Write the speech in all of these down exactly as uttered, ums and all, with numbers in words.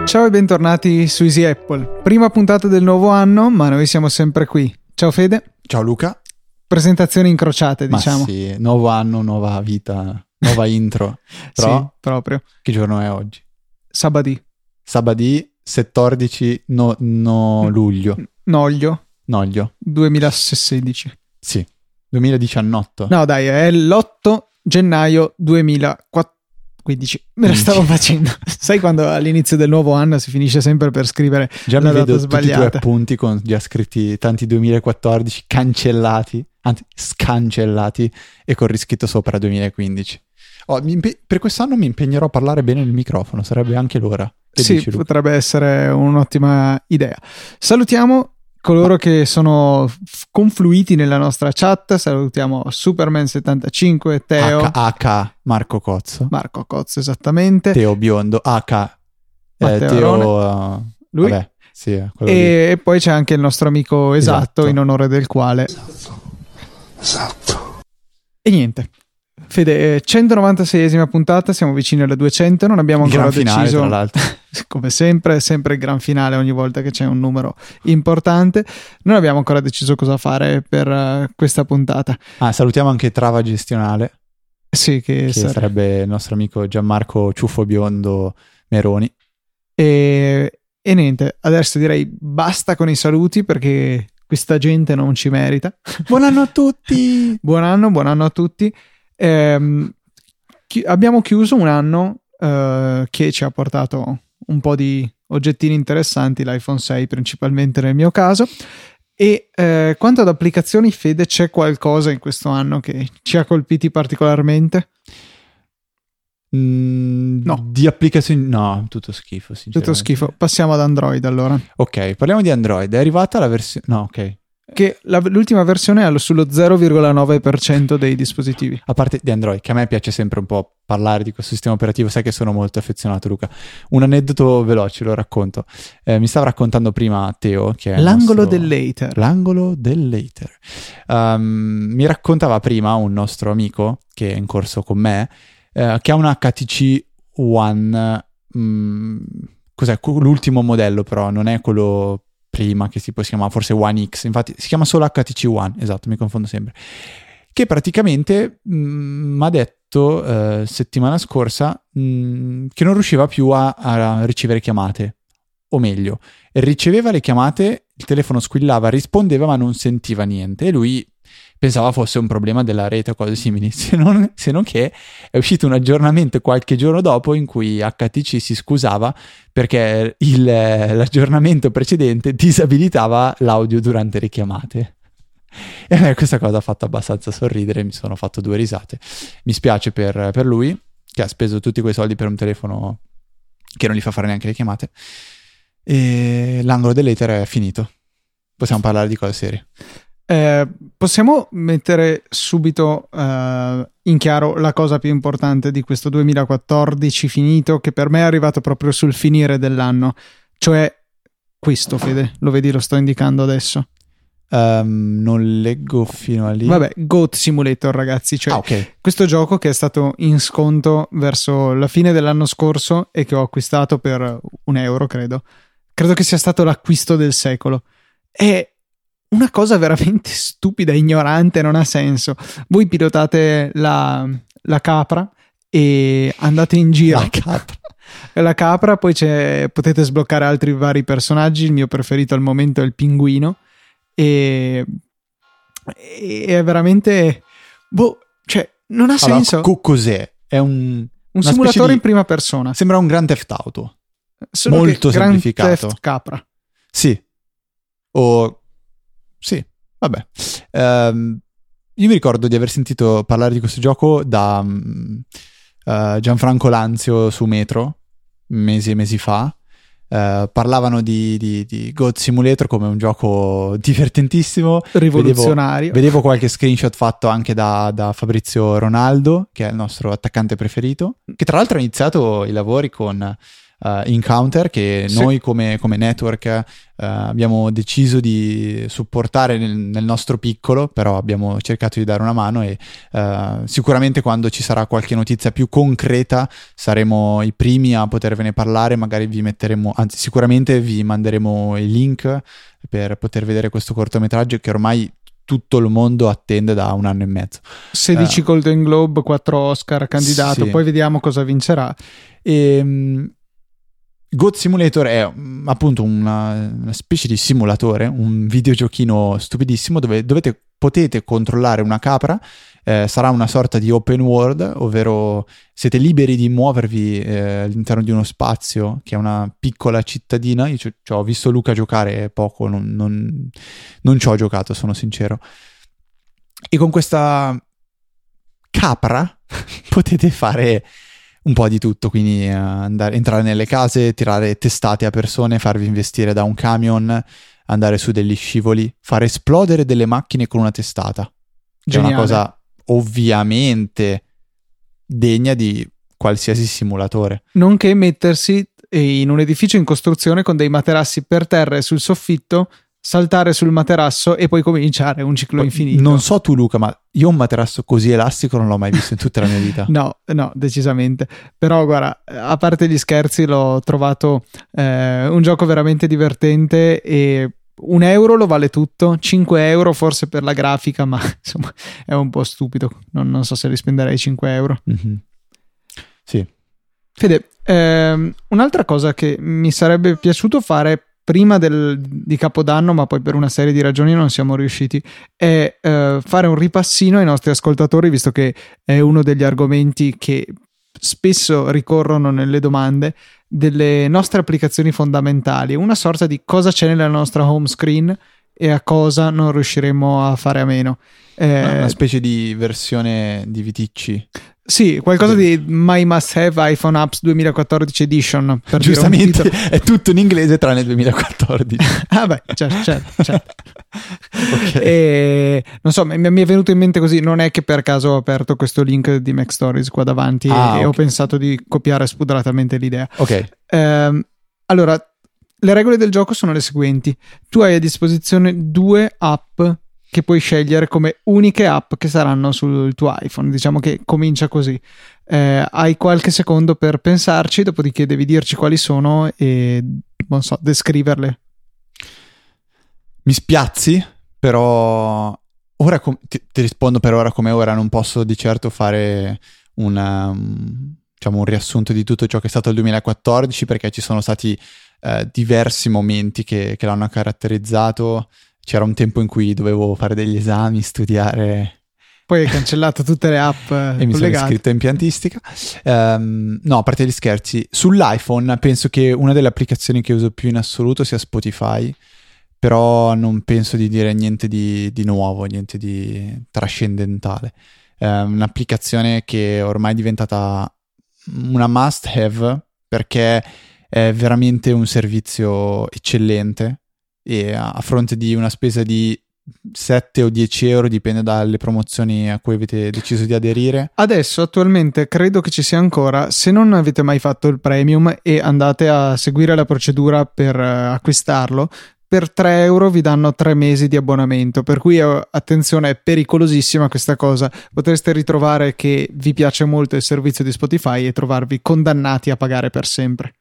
Ciao e bentornati su Easy Apple. Prima puntata del nuovo anno, ma noi siamo sempre qui. Ciao Fede. Ciao Luca. Presentazioni incrociate, diciamo. Ma sì, nuovo anno, nuova vita, nuova intro. Però, sì, proprio. Che giorno è oggi? Sabadì. Sabadì, settordici no, no luglio. Noglio. Noglio. duemilasedici. Sì, duemiladiciannove. No dai, è l'otto gennaio duemilaquattordici. Me la stavo facendo. Sai quando all'inizio del nuovo anno si finisce sempre per scrivere già la mi data vedo sbagliata. Tutti i tuoi appunti con già scritti tanti duemilaquattordici cancellati, anzi scancellati, e con riscritto sopra duemilaquindici. Oh, mi impe- per quest'anno mi impegnerò a parlare bene nel microfono, sarebbe anche l'ora. Che sì, dici, Luca? Potrebbe essere un'ottima idea. Salutiamo coloro che sono f- confluiti nella nostra chat. Salutiamo Superman settantacinque, Teo, H H Marco Cozzo, Marco Cozzo, esattamente, Teo Biondo, H eh, Matteo Teo uh, lui, vabbè, sì, è quello e, lì. e poi c'è anche il nostro amico esatto, Esatto. in onore del quale Esatto. Esatto. e niente. Fede, centonovantaseiesima puntata, siamo vicini alle duecento, non abbiamo Il ancora gran finale, deciso, tra l'altro. come sempre, è sempre il gran finale ogni volta che c'è un numero importante. Non abbiamo ancora deciso cosa fare per uh, questa puntata. Ah, salutiamo anche Trava Gestionale, Sì, che, che sare- sarebbe il nostro amico Gianmarco Ciuffo Biondo Meroni. E, e niente, adesso direi basta con i saluti perché questa gente non ci merita. Buon anno a tutti! Buon anno, buon anno a tutti. Ehm, chi- abbiamo chiuso un anno eh, che ci ha portato un po' di oggettini interessanti, l'iPhone sei principalmente nel mio caso. E eh, quanto ad applicazioni, Fede, c'è qualcosa in questo anno che ci ha colpiti particolarmente? Mm, No. Di applicazioni... No, tutto schifo, sinceramente. Tutto schifo. Passiamo ad Android allora. Ok, parliamo di Android. È arrivata la versione... No, ok. Che la- l'ultima versione è allo- sullo zero virgola nove per cento dei dispositivi. A parte di Android, che a me piace sempre un po' parlare di questo sistema operativo, sai che sono molto affezionato, Luca. Un aneddoto veloce, lo racconto. Eh, mi stava raccontando prima Teo, che è il L'angolo nostro- dell'hater. L'angolo dell'hater. Um, mi raccontava prima un nostro amico, che è in corso con me, eh, che ha una H T C One, mm, cos'è? L'ultimo modello però, non è quello prima che si può si chiama forse One X, infatti si chiama solo H T C One, esatto, mi confondo sempre, che praticamente mi ha detto eh, settimana scorsa mh, che non riusciva più a, a ricevere chiamate, o meglio, riceveva le chiamate, il telefono squillava, rispondeva ma non sentiva niente, e lui pensava fosse un problema della rete o cose simili, se non, se non che è uscito un aggiornamento qualche giorno dopo in cui H T C si scusava perché il, l'aggiornamento precedente disabilitava l'audio durante le chiamate. E a me questa cosa ha fatto abbastanza sorridere, mi sono fatto due risate. Mi spiace per, per lui, che ha speso tutti quei soldi per un telefono che non gli fa fare neanche le chiamate. E l'angolo dell'hater è finito. Possiamo parlare di cose serie. Eh, possiamo mettere subito eh, in chiaro la cosa più importante di questo duemilaquattordici finito, che per me è arrivato proprio sul finire dell'anno, cioè questo, Fede, lo vedi, lo sto indicando adesso. Um, non leggo fino a lì. Vabbè, Goat Simulator, ragazzi, cioè Ah, ok. questo gioco che è stato in sconto verso la fine dell'anno scorso e che ho acquistato per un euro, credo. Credo che sia stato l'acquisto del secolo. È una cosa veramente stupida, ignorante, non ha senso. Voi pilotate la, la capra e andate in giro. La capra. La capra, poi c'è, potete sbloccare altri vari personaggi. Il mio preferito al momento è il pinguino. E, e è veramente... Boh, cioè, non ha Allora, senso. co- cos'è? È un... Un una simulatore specie di- in prima persona. Sembra un Grand Theft Auto. Solo molto che Grand semplificato. Theft Capra. Sì. O... Sì, vabbè. Ehm, io mi ricordo di aver sentito parlare di questo gioco da um, uh, Gianfranco Lanzio su Metro, mesi e mesi fa. Uh, parlavano di, di, di Goat Simulator come un gioco divertentissimo, Rivoluzionario. vedevo, vedevo qualche screenshot fatto anche da, da Fabrizio Ronaldo, che è il nostro attaccante preferito, che tra l'altro ha iniziato i lavori con uh, Encounter, che sì. noi come, come network uh, abbiamo deciso di supportare nel, nel nostro piccolo, però abbiamo cercato di dare una mano e uh, sicuramente quando ci sarà qualche notizia più concreta saremo i primi a potervene parlare, magari vi metteremo, anzi sicuramente vi manderemo i link per poter vedere questo cortometraggio che ormai tutto il mondo attende da un anno e mezzo. sedici uh, Golden Globe, quattro Oscar candidato, sì. Poi vediamo cosa vincerà. E, um, Goat Simulator è um, appunto una, una specie di simulatore, un videogiochino stupidissimo dove dovete, potete controllare una capra. Eh, sarà una sorta di open world, ovvero siete liberi di muovervi eh, all'interno di uno spazio che è una piccola cittadina. Io ci ho visto Luca giocare poco, non, non, non ci ho giocato, sono sincero. E con questa capra potete fare un po' di tutto, quindi uh, andare, entrare nelle case, tirare testate a persone, farvi investire da un camion, andare su degli scivoli, fare esplodere delle macchine con una testata. Che è una cosa ovviamente degna di qualsiasi simulatore. Nonché mettersi in un edificio in costruzione con dei materassi per terra e sul soffitto, saltare sul materasso e poi cominciare un ciclo infinito. Non so tu Luca, ma io un materasso così elastico non l'ho mai visto in tutta la mia vita. No, no, decisamente. Però guarda, a parte gli scherzi, l'ho trovato eh, un gioco veramente divertente e un euro lo vale tutto, cinque euro forse per la grafica, ma insomma è un po' stupido, non, non so se li spenderei cinque euro. Mm-hmm. Sì. Fede, ehm, un'altra cosa che mi sarebbe piaciuto fare prima del, di Capodanno, ma poi per una serie di ragioni non siamo riusciti, è eh, fare un ripassino ai nostri ascoltatori, visto che è uno degli argomenti che spesso ricorrono nelle domande, delle nostre applicazioni fondamentali, una sorta di cosa c'è nella nostra home screen e a cosa non riusciremo a fare a meno. Eh, una specie di versione di Viticci. Sì, qualcosa di My Must Have iPhone Apps duemilaquattordici Edition. Per Giustamente è tutto in inglese tranne il duemilaquattordici. Ah beh, certo, certo, certo. Okay. E non so, mi, mi è venuto in mente così, non è che per caso ho aperto questo link di Mac Stories qua davanti ah, e, okay. ho pensato di copiare spudoratamente l'idea. Ok. Eh, allora, le regole del gioco sono le seguenti. Tu hai a disposizione due app che puoi scegliere come uniche app che saranno sul tuo iPhone. Diciamo che comincia così. Eh, hai qualche secondo per pensarci, dopodiché devi dirci quali sono e, non so, descriverle. Mi spiazzi, però ora com- ti, ti rispondo per ora come ora, non posso di certo fare una, diciamo, un riassunto di tutto ciò che è stato il duemilaquattordici, perché ci sono stati eh, diversi momenti che, che l'hanno caratterizzato. C'era un tempo in cui dovevo fare degli esami, studiare. Poi hai cancellato tutte le app e mi sono iscritto in piantistica. Um, no, a parte gli scherzi, sull'iPhone penso che una delle applicazioni che uso più in assoluto sia Spotify, però non penso di dire niente di, di nuovo, niente di trascendentale. È un'applicazione che ormai è diventata una must have perché è veramente un servizio eccellente. E a fronte di una spesa di sette o dieci euro, dipende dalle promozioni a cui avete deciso di aderire. Adesso attualmente credo che ci sia ancora, se non avete mai fatto il premium e andate a seguire la procedura per uh, acquistarlo, per tre euro vi danno tre mesi di abbonamento, per cui uh, attenzione, è pericolosissima questa cosa, potreste ritrovare che vi piace molto il servizio di Spotify e trovarvi condannati a pagare per sempre.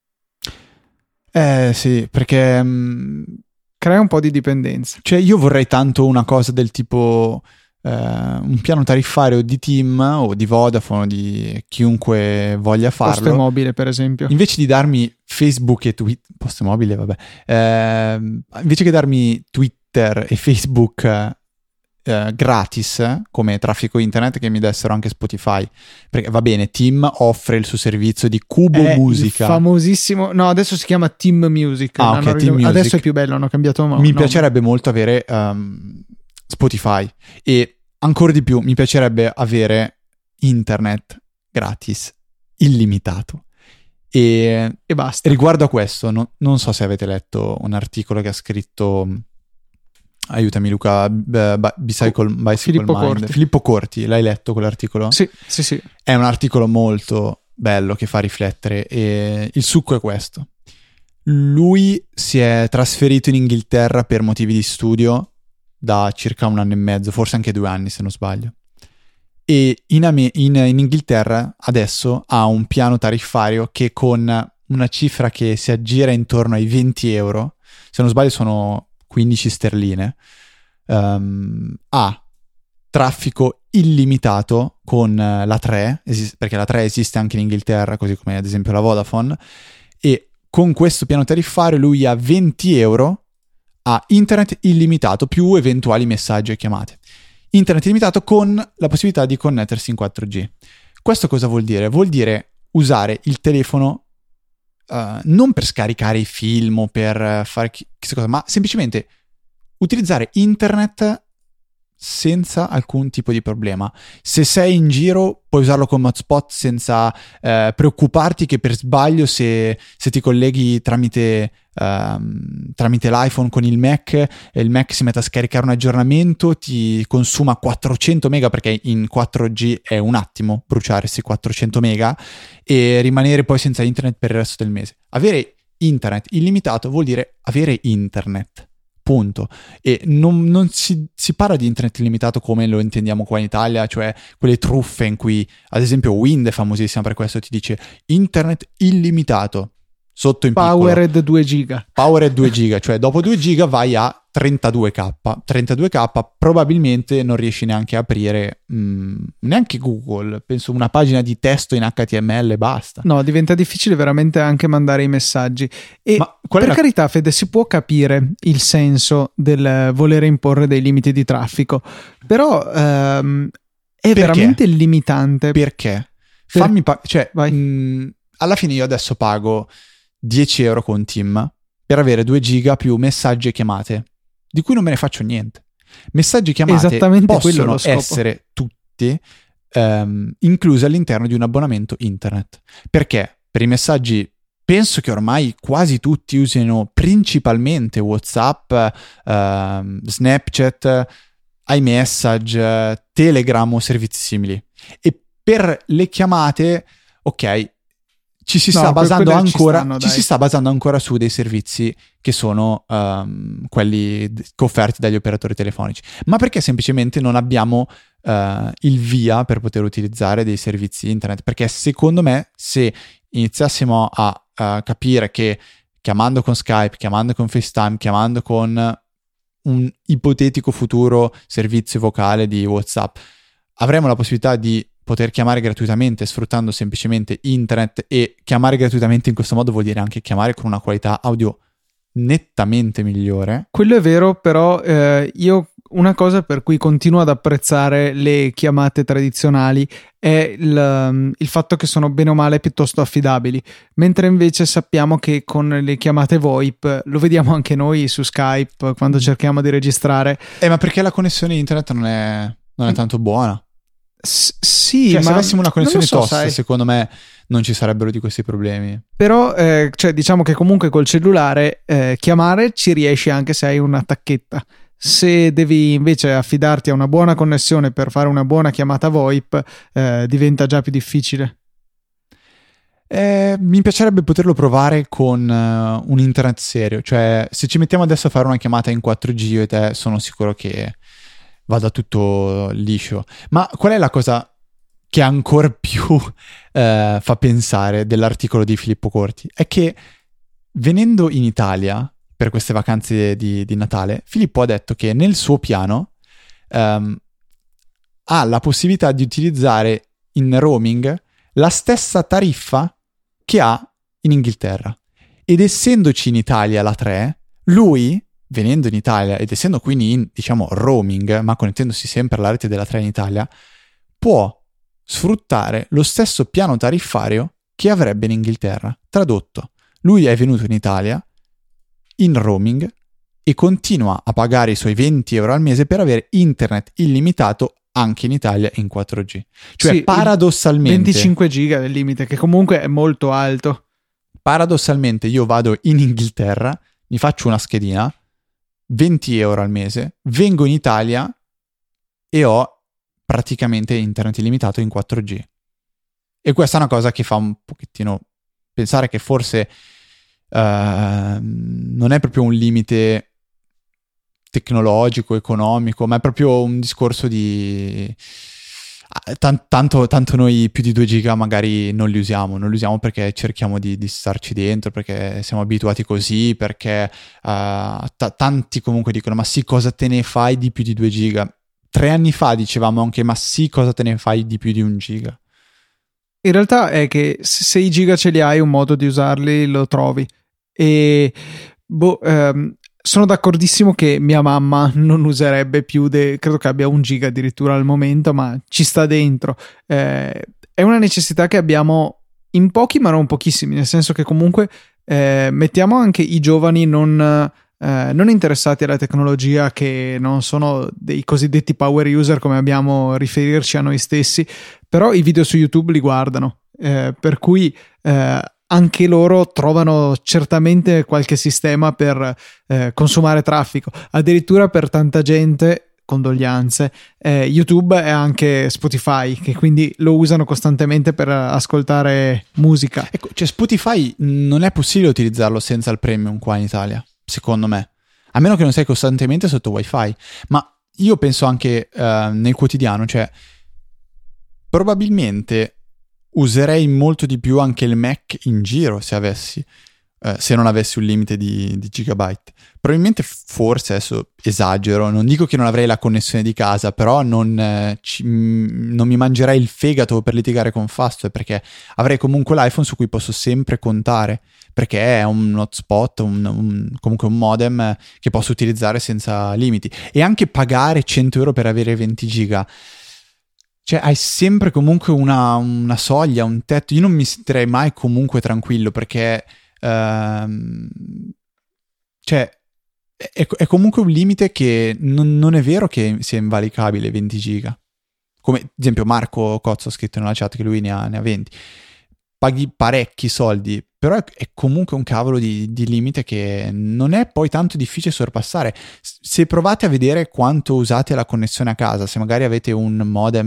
Eh sì, perché mh, crea un po' di dipendenza. Cioè io vorrei tanto una cosa del tipo eh, un piano tariffario di TIM o di Vodafone o di chiunque voglia farlo. Poste mobile per esempio. Invece di darmi Facebook e Twitter, poste mobile vabbè, eh, invece che darmi Twitter e Facebook eh, gratis come traffico internet, che mi dessero anche Spotify, perché va bene, TIM offre il suo servizio di Cubo è Musica, il famosissimo, no adesso si chiama Team Music, ah, okay, Team adesso Music. è più bello, hanno cambiato nome. Mi piacerebbe molto avere um, Spotify e ancora di più mi piacerebbe avere internet gratis illimitato. E, e basta. Riguardo a questo, no, non so se avete letto un articolo che ha scritto, aiutami Luca, B- B- Bicycle, Bicycle Filippo Mind. Corti. Filippo Corti, l'hai letto quell'articolo? Sì, sì, sì. È un articolo molto bello che fa riflettere, e il succo è questo. Lui si è trasferito in Inghilterra per motivi di studio da circa un anno e mezzo, forse anche due anni se non sbaglio, e in, Am- in, in Inghilterra adesso ha un piano tariffario che con una cifra che si aggira intorno ai venti euro, se non sbaglio sono quindici sterline, um, ha traffico illimitato con la tre, esist- perché la tre esiste anche in Inghilterra, così come ad esempio la Vodafone, e con questo piano tariffario lui ha venti euro, ha internet illimitato più eventuali messaggi e chiamate. Internet illimitato con la possibilità di connettersi in quattro G. Questo cosa vuol dire? Vuol dire usare il telefono uh, non per scaricare i film o per fare chi- chissà cosa, ma semplicemente utilizzare internet senza alcun tipo di problema. Se sei in giro puoi usarlo come hotspot senza eh, preoccuparti che per sbaglio se, se ti colleghi tramite, ehm, tramite l'iPhone con il Mac e il Mac si mette a scaricare un aggiornamento, ti consuma quattrocento mega, perché in quattro G è un attimo bruciarsi quattrocento mega e rimanere poi senza internet per il resto del mese. Avere internet illimitato vuol dire avere internet. Punto. E non, non si, si parla di internet illimitato come lo intendiamo qua in Italia, cioè quelle truffe in cui, ad esempio, Wind è famosissima per questo, ti dice internet illimitato sotto in piccolo. Powered due giga. Powered due giga, cioè dopo due giga vai a trentadue K. trentadue K probabilmente non riesci neanche a aprire mh, neanche Google, penso una pagina di testo in H T M L e basta. No, diventa difficile veramente anche mandare i messaggi. E Ma qual è per la... carità, Fede, si può capire il senso del volere imporre dei limiti di traffico, però ehm, è Perché? veramente limitante. Perché? Per... Fammi pa- cioè, Vai. mh, alla fine io adesso pago dieci euro con Tim per avere due giga più messaggi e chiamate, di cui non me ne faccio niente. Messaggi e chiamate Esattamente quello è possono lo scopo. essere tutti ehm, inclusi all'interno di un abbonamento internet. Perché per i messaggi penso che ormai quasi tutti usino principalmente WhatsApp, ehm, Snapchat, iMessage, Telegram o servizi simili. E per le chiamate, ok, ci si sta No, que- basando quelle ci ancora stanno, ci dai. si sta basando ancora su dei servizi che sono um, quelli d- offerti dagli operatori telefonici, ma perché semplicemente non abbiamo uh, il via per poter utilizzare dei servizi internet. Perché secondo me, se iniziassimo a, a capire che chiamando con Skype, chiamando con FaceTime, chiamando con un ipotetico futuro servizio vocale di WhatsApp, avremo la possibilità di poter chiamare gratuitamente sfruttando semplicemente internet, e chiamare gratuitamente in questo modo vuol dire anche chiamare con una qualità audio nettamente migliore. Quello è vero, però eh, io una cosa per cui continuo ad apprezzare le chiamate tradizionali è il, il fatto che sono bene o male piuttosto affidabili, mentre invece sappiamo che con le chiamate VoIP, lo vediamo anche noi su Skype quando cerchiamo di registrare. Eh, ma perché la connessione internet non è, non è tanto buona? S- sì, Cioè, ma se avessimo una connessione non lo so, tosta, sai. secondo me non ci sarebbero di questi problemi. Però eh, cioè, diciamo che comunque col cellulare eh, chiamare ci riesci anche se hai una tacchetta. Se devi invece affidarti a una buona connessione per fare una buona chiamata VoIP, eh, diventa già più difficile. Eh, mi piacerebbe poterlo provare con uh, un internet serio. Cioè, se ci mettiamo adesso a fare una chiamata in quattro G io e te, sono sicuro che vada tutto liscio. Ma qual è la cosa che ancora più eh, fa pensare dell'articolo di Filippo Corti? È che venendo in Italia per queste vacanze di, di Natale, Filippo ha detto che nel suo piano ehm, ha la possibilità di utilizzare in roaming la stessa tariffa che ha in Inghilterra. Ed essendoci in Italia la tre, lui, venendo in Italia ed essendo quindi in, diciamo, roaming, ma connettendosi sempre alla rete della tre in Italia, può sfruttare lo stesso piano tariffario che avrebbe in Inghilterra. Tradotto, lui è venuto in Italia in roaming e continua a pagare i suoi venti euro al mese per avere internet illimitato anche in Italia in quattro G. Cioè, Sì, paradossalmente venticinque giga è il limite, che comunque è molto alto. Paradossalmente io vado in Inghilterra, mi faccio una schedina, venti euro al mese, vengo in Italia e ho praticamente internet illimitato in quattro G. E questa è una cosa che fa un pochettino pensare che forse uh, non è proprio un limite tecnologico, economico, ma è proprio un discorso di Tant- tanto, tanto noi più di due giga magari non li usiamo, non li usiamo perché cerchiamo di, di starci dentro, perché siamo abituati così, perché uh, t- tanti comunque dicono ma sì, cosa te ne fai di più di due giga? Tre anni fa dicevamo anche ma sì, cosa te ne fai di più di un giga? In realtà è che se i giga ce li hai, un modo di usarli lo trovi. E boh, ehm, sono d'accordissimo che mia mamma non userebbe più, de- credo che abbia un giga addirittura al momento, ma ci sta dentro. Eh, è una necessità che abbiamo in pochi, ma non pochissimi, nel senso che comunque eh, mettiamo anche i giovani non, eh, non interessati alla tecnologia, che non sono dei cosiddetti power user come abbiamo riferirci a noi stessi, però i video su YouTube li guardano, eh, per cui eh, anche loro trovano certamente qualche sistema per eh, consumare traffico. Addirittura per tanta gente, condoglianze, eh, YouTube è anche Spotify, che quindi lo usano costantemente per ascoltare musica. Ecco, cioè Spotify non è possibile utilizzarlo senza il premium qua in Italia, secondo me, a meno che non sei costantemente sotto wifi. Ma io penso anche uh, nel quotidiano, cioè probabilmente userei molto di più anche il Mac in giro se avessi, eh, se non avessi un limite di, di gigabyte. Probabilmente, forse, adesso esagero, non dico che non avrei la connessione di casa, però non, eh, ci, mh, non mi mangerei il fegato per litigare con Fastweb, perché avrei comunque l'iPhone su cui posso sempre contare, perché è un hotspot, un, un, comunque un modem che posso utilizzare senza limiti. E anche pagare cento euro per avere venti giga, cioè hai sempre comunque una, una soglia, un tetto. Io non mi sentirei mai comunque tranquillo, perché ehm, cioè è, è comunque un limite che non, non è vero che sia invalicabile venti giga. Come ad esempio Marco Cozzo ha scritto nella chat che lui ne ha, ne ha venti. Paghi parecchi soldi, però è, è comunque un cavolo di, di limite che non è poi tanto difficile sorpassare. Se provate a vedere quanto usate la connessione a casa, se magari avete un modem,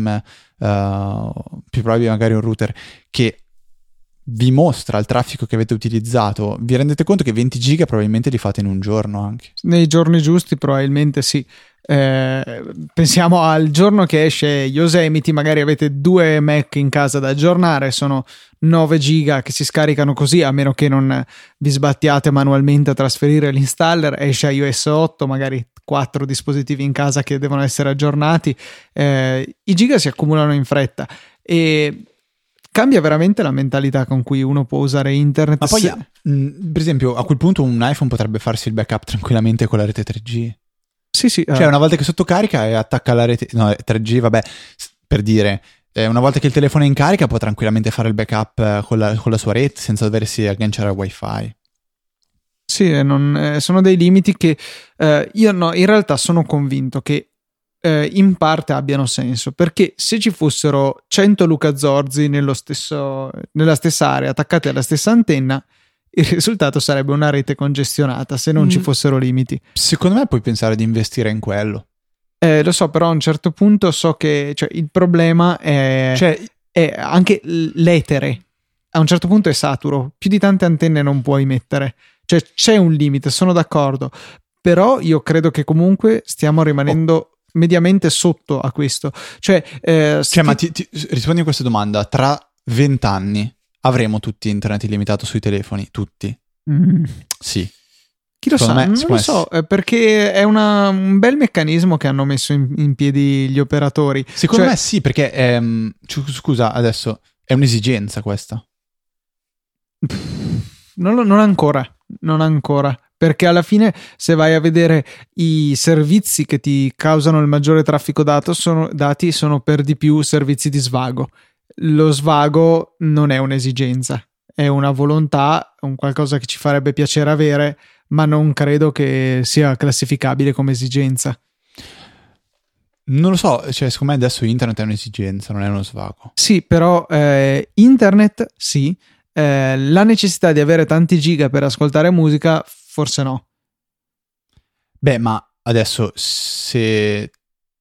uh, più probabile magari un router, che vi mostra il traffico che avete utilizzato, vi rendete conto che venti giga probabilmente li fate in un giorno anche. Nei giorni giusti probabilmente sì. Eh, pensiamo al giorno che esce Yosemite, magari avete due Mac in casa da aggiornare, sono nove giga che si scaricano così, a meno che non vi sbattiate manualmente a trasferire l'installer. Esce iOS otto, magari quattro dispositivi in casa che devono essere aggiornati, eh, i giga si accumulano in fretta e cambia veramente la mentalità con cui uno può usare internet. Ma poi, se... mh, per esempio, a quel punto un iPhone potrebbe farsi il backup tranquillamente con la rete tre G. Sì, sì. Cioè, eh. una volta che sottocarica e attacca la rete, no, tre G, vabbè, per dire, eh, una volta che il telefono è in carica può tranquillamente fare il backup eh, con, la, con la sua rete senza doversi agganciare al wifi. Sì, non, eh, sono dei limiti che eh, io no, in realtà sono convinto che eh, in parte abbiano senso, perché se ci fossero cento Luca Zorzi nello stesso, nella stessa area attaccati alla stessa antenna, il risultato sarebbe una rete congestionata se non mm. ci fossero limiti. Secondo me puoi pensare di investire in quello. Eh, lo so, però a un certo punto so che cioè, il problema è, cioè, è anche l'etere. A un certo punto è saturo, più di tante antenne non puoi mettere. Cioè c'è un limite, sono d'accordo, però io credo che comunque stiamo rimanendo oh. mediamente sotto a questo. Cioè, eh, cioè ma ti, ti, rispondi a questa domanda, tra vent'anni avremo tutti internet illimitato sui telefoni? Tutti? Mm. Sì. Chi lo Secondo sa? me, non lo so, eh, perché è una, un bel meccanismo che hanno messo in, in piedi gli operatori. Secondo cioè, me sì, perché ehm, scusa, adesso è un'esigenza questa. Non, non ancora, non ancora. Perché alla fine, se vai a vedere i servizi che ti causano il maggiore traffico dato sono, dati sono per di più servizi di svago. Lo svago non è un'esigenza, è una volontà, un qualcosa che ci farebbe piacere avere, ma non credo che sia classificabile come esigenza. Non lo so, cioè secondo me adesso internet è un'esigenza, non è uno svago. Sì, però eh, internet sì, eh, la necessità di avere tanti giga per ascoltare musica forse no. Beh, ma adesso se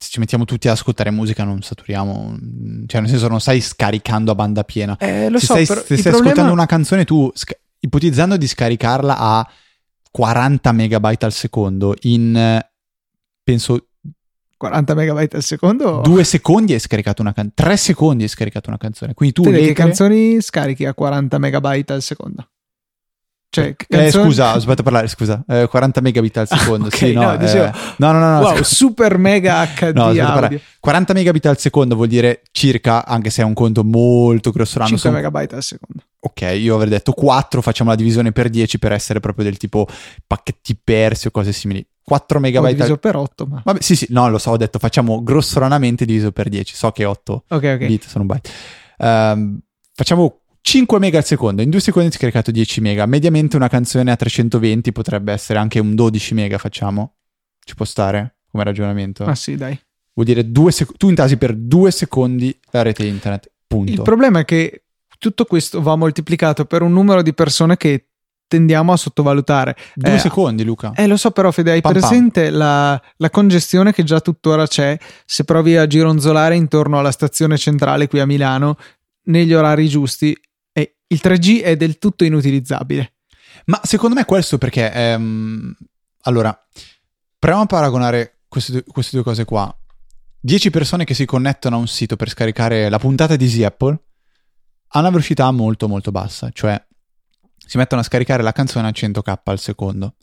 se ci mettiamo tutti ad ascoltare musica non saturiamo, cioè nel senso non stai scaricando a banda piena. Eh, lo se so, stai, però se il stai problema... ascoltando una canzone tu, sc- ipotizzando di scaricarla a quaranta megabyte al secondo in, penso... quaranta megabyte al secondo? Due secondi hai scaricato una canzone, tre secondi hai scaricato una canzone. Quindi tu Te lettere... che canzoni scarichi a quaranta megabyte al secondo? Cioè, che eh, canzoni... scusa, ho sbagliato a parlare, scusa. Eh, quaranta megabit al secondo. Ah, ok, sì, no, no, dicevo, eh, no, no, no, no. Wow, super mega H D no, audio. parlare. quaranta megabit al secondo vuol dire circa, anche se è un conto molto grossolano, cinque sono... megabyte al secondo. Ok, io avrei detto quattro, facciamo la divisione per dieci per essere proprio del tipo pacchetti persi o cose simili. quattro megabyte ho diviso al... per otto, ma... Vabbè, sì, sì, no, lo so, ho detto facciamo grossolanamente diviso per dieci. So che otto okay, okay. bit sono un byte. Um, facciamo cinque mega al secondo, in due secondi ti ho caricato dieci mega. Mediamente una canzone a trecentoventi potrebbe essere anche un dodici mega, facciamo? Ci può stare come ragionamento? Ah sì, dai. Vuol dire due sec- tu intasi per due secondi la rete internet, punto. Il problema è che tutto questo va moltiplicato per un numero di persone che tendiamo a sottovalutare. Due eh, secondi, Luca. Eh, lo so, però Fede, hai Pam, pam. presente la, la congestione che già tuttora c'è se provi a gironzolare intorno alla stazione centrale qui a Milano negli orari giusti? E il tre G è del tutto inutilizzabile. Ma secondo me è questo perché ehm, allora proviamo a paragonare queste due, queste due cose qua. dieci persone che si connettono a un sito per scaricare la puntata di Easy Apple a una velocità molto molto bassa, cioè si mettono a scaricare la canzone a cento k al secondo.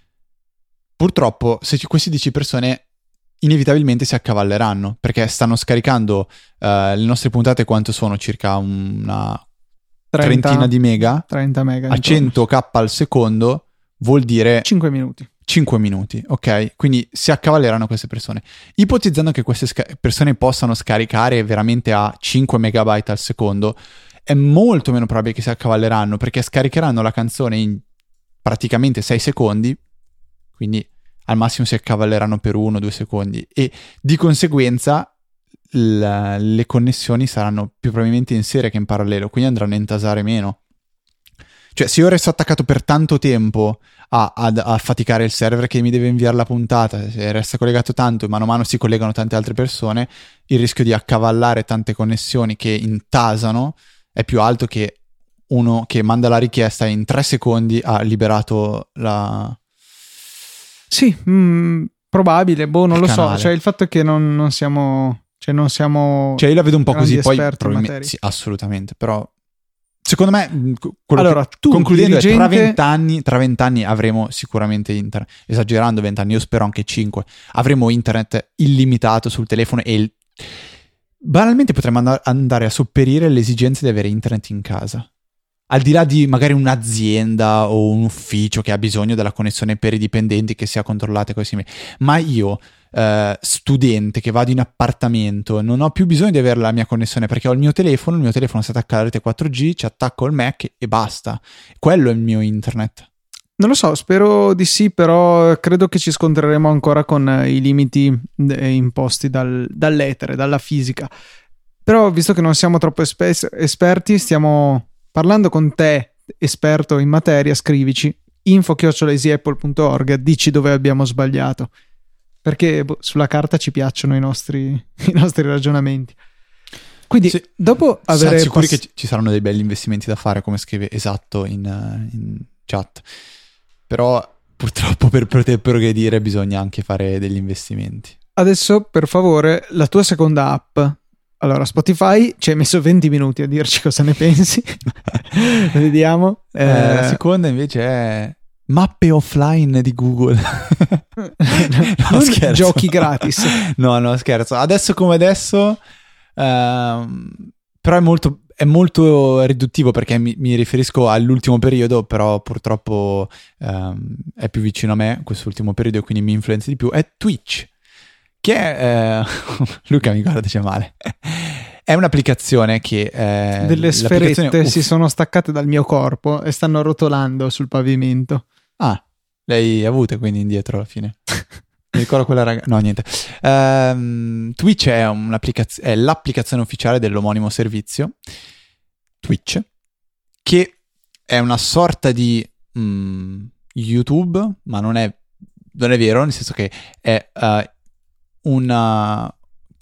Purtroppo se ci, queste dieci persone inevitabilmente si accavalleranno perché stanno scaricando uh, le nostre puntate, quanto sono? Circa una trenta, trentina di mega trenta mega a cento k al secondo, vuol dire cinque minuti. cinque minuti, ok? Quindi si accavalleranno queste persone. Ipotizzando che queste sca- persone possano scaricare veramente a cinque megabyte al secondo, è molto meno probabile che si accavalleranno perché scaricheranno la canzone in praticamente sei secondi, quindi al massimo si accavalleranno per uno o due secondi e di conseguenza l- le connessioni saranno più probabilmente in serie che in parallelo, quindi andranno a intasare meno. Cioè, se io resto attaccato per tanto tempo a, a, a faticare il server che mi deve inviare la puntata, se resta collegato tanto e mano a mano si collegano tante altre persone, il rischio di accavallare tante connessioni che intasano è più alto che uno che manda la richiesta e in tre secondi ha liberato la... Sì, mh, probabile, boh, non il lo canale. so. Cioè, il fatto è che non, non siamo... Cioè, non siamo... Cioè, io la vedo un po' grandi così, poi esperti in probabilmente... materia. Sì, assolutamente, però... Secondo me, quello Allora, che, tu, concludendo, dirigente... è tra vent'anni, tra vent'anni avremo sicuramente internet, esagerando vent'anni, io spero anche cinque, avremo internet illimitato sul telefono e il... banalmente potremmo and- andare a sopperire le esigenze di avere internet in casa. Al di là di magari un'azienda o un ufficio che ha bisogno della connessione per i dipendenti che sia controllata e così simili, ma io... Uh, studente che vado in appartamento, non ho più bisogno di avere la mia connessione perché ho il mio telefono, il mio telefono si attacca alla rete quattro G, ci attacco il Mac e basta. Quello è il mio internet. Non lo so, spero di sì, però credo che ci scontreremo ancora con i limiti imposti dal, dall'etere, dalla fisica. Però, visto che non siamo troppo espe- esperti, stiamo parlando con te, esperto in materia, scrivici info chiocciola easyapple punto org, dici dove abbiamo sbagliato. Perché boh, sulla carta ci piacciono i nostri, i nostri ragionamenti. Quindi, sì, dopo avere... Siamo sicuri pass- che ci saranno dei belli investimenti da fare, come scrive Esatto in, in chat. Però, purtroppo, per poter progredire bisogna anche fare degli investimenti. Adesso, per favore, la tua seconda app. Allora, Spotify ci hai messo venti minuti a dirci cosa ne pensi. Vediamo. Eh, Eh, la seconda invece è... mappe offline di Google. No, non scherzo. giochi gratis. No, no, scherzo. Adesso come adesso, ehm, però è molto, è molto riduttivo perché mi, mi riferisco all'ultimo periodo, però purtroppo ehm, è più vicino a me quest'ultimo periodo e quindi mi influenza di più. È Twitch, che è... Eh... Luca mi guarda, dice male. È un'applicazione che... Eh, Delle sferette uff- si sono staccate dal mio corpo e stanno rotolando sul pavimento. Ah, lei ha avute quindi indietro alla fine. Mi ricordo quella ragazza... No, niente. Um, Twitch è, un'applicaz- è l'applicazione ufficiale dell'omonimo servizio, Twitch, che è una sorta di mm, YouTube, ma non è, non è vero, nel senso che è uh, una,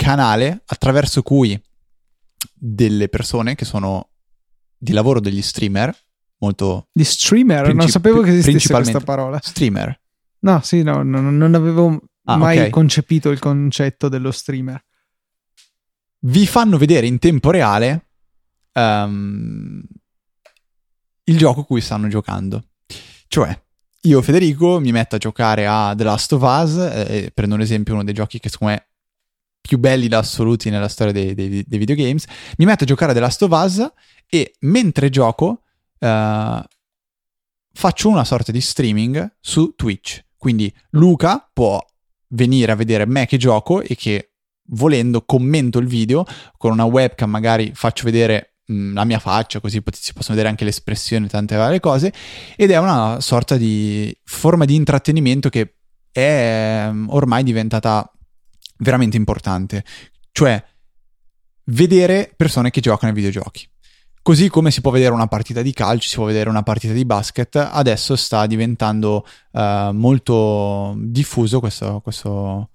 canale attraverso cui delle persone che sono di lavoro, degli streamer, molto... Di streamer? princip- non sapevo che esistesse principalmente questa parola. Streamer. No, sì, no, no, non avevo Ah, mai ok. concepito il concetto dello streamer. Vi fanno vedere in tempo reale um, il gioco cui stanno giocando. Cioè, io Federico mi metto a giocare a The Last of Us, eh, prendo un esempio, uno dei giochi che secondo me più belli da assoluti nella storia dei, dei, dei videogames, mi metto a giocare a The Last of Us e mentre gioco uh, faccio una sorta di streaming su Twitch. Quindi Luca può venire a vedere me che gioco e che volendo commento il video con una webcam, magari faccio vedere mh, la mia faccia, così pot- si possono vedere anche l'espressione, tante varie cose, ed è una sorta di forma di intrattenimento che è ormai diventata veramente importante, cioè vedere persone che giocano ai videogiochi. Così come si può vedere una partita di calcio, si può vedere una partita di basket, adesso sta diventando uh, molto diffuso questo, questo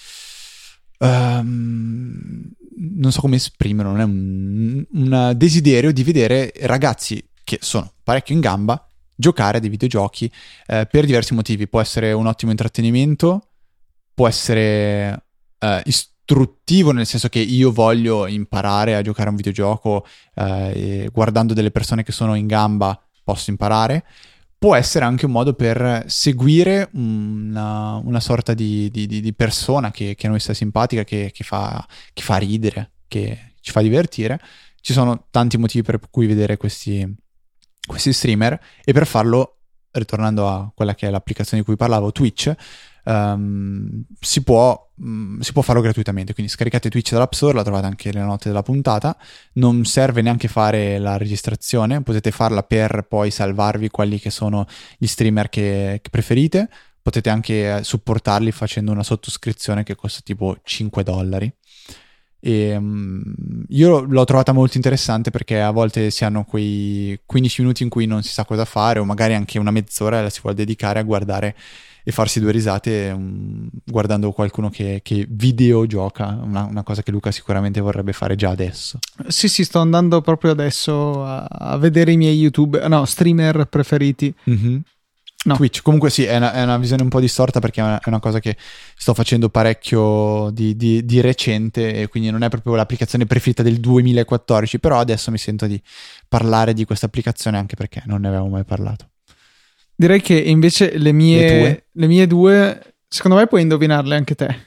um, non so come esprimerlo, non è un, un desiderio di vedere ragazzi che sono parecchio in gamba giocare a dei videogiochi eh, per diversi motivi. Può essere un ottimo intrattenimento, può essere uh, istruttivo, nel senso che io voglio imparare a giocare a un videogioco eh, e guardando delle persone che sono in gamba posso imparare. Può essere anche un modo per seguire una, una sorta di, di, di persona che, che a noi sta simpatica, che, che, fa, che fa ridere, che ci fa divertire. Ci sono tanti motivi per cui vedere questi, questi streamer, e per farlo, ritornando a quella che è l'applicazione di cui parlavo, Twitch, Um, si può um, si può farlo gratuitamente, quindi scaricate Twitch dall'App Store, la trovate anche nelle note della puntata, non serve neanche fare la registrazione, potete farla per poi salvarvi quelli che sono gli streamer che, che preferite, potete anche supportarli facendo una sottoscrizione che costa tipo cinque dollari. E um, io l'ho trovata molto interessante perché a volte si hanno quei quindici minuti in cui non si sa cosa fare, o magari anche una mezz'ora la si vuole dedicare a guardare e farsi due risate um, guardando qualcuno che, che videogioca, una, una cosa che Luca sicuramente vorrebbe fare già adesso. Sì, sì, sto andando proprio adesso a, a vedere i miei YouTube, no, streamer preferiti. Mm-hmm. No. Twitch, comunque sì, è una, è una visione un po' distorta perché è una, è una cosa che sto facendo parecchio di, di, di recente, e quindi non è proprio l'applicazione preferita del duemilaquattordici, però adesso mi sento di parlare di questa applicazione anche perché non ne avevo mai parlato. Direi che invece le mie, le, le mie due, secondo me puoi indovinarle anche te.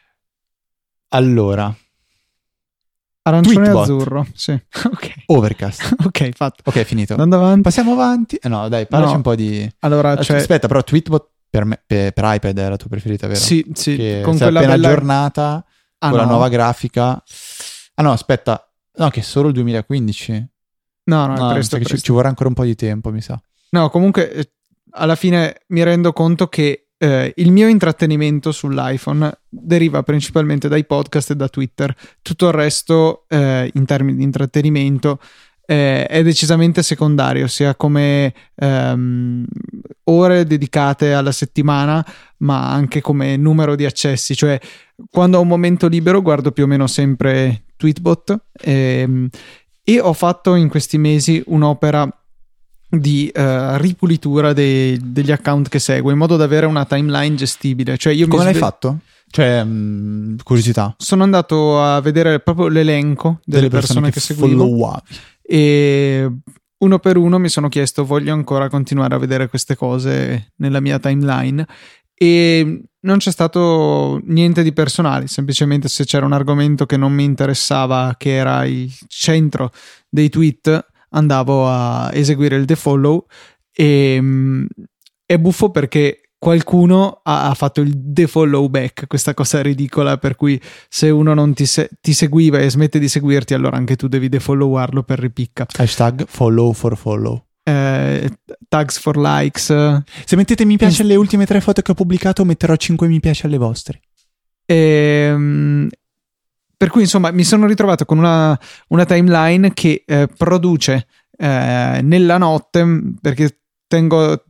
Allora, arancione e azzurro, sì. Ok. Overcast. Ok, fatto. Ok, finito. Andando avanti. Passiamo avanti. Eh no, dai, parlaci no. un po' di... Allora, cioè... Aspetta, però Tweetbot per, me, per, per iPad è la tua preferita, vero? Sì, sì. Che con si è quella appena bella... aggiornata, ah, con no. la nuova grafica. Ah no, aspetta. No, che è solo il duemilaquindici. No, no, è no presto, che presto. Ci, ci vorrà ancora un po' di tempo, mi sa. No, comunque... alla fine mi rendo conto che eh, il mio intrattenimento sull'iPhone deriva principalmente dai podcast e da Twitter. Tutto il resto, eh, in termini di intrattenimento, eh, è decisamente secondario, sia come ehm, ore dedicate alla settimana, ma anche come numero di accessi. Cioè, quando ho un momento libero guardo più o meno sempre Tweetbot, ehm, e ho fatto in questi mesi un'opera di uh, ripulitura dei, degli account che seguo in modo da avere una timeline gestibile. Cioè io come mi l'hai sve- fatto? Cioè, mh, curiosità. Sono andato a vedere proprio l'elenco delle, delle persone, persone che, che seguivo e uno per uno mi sono chiesto: voglio ancora continuare a vedere queste cose nella mia timeline? E non c'è stato niente di personale, semplicemente se c'era un argomento che non mi interessava, che era il centro dei tweet, andavo a eseguire il defollow. E mh, è buffo perché qualcuno ha, ha fatto il defollow back, questa cosa ridicola per cui se uno non ti, se- ti seguiva e smette di seguirti, allora anche tu devi defollowarlo per ripicca. Hashtag follow for follow. Eh, tags for likes. Se mettete mi piace alle ultime tre foto che ho pubblicato, metterò cinque mi piace alle vostre. E, mh, per cui insomma mi sono ritrovato con una, una timeline che eh, produce eh, nella notte, perché tengo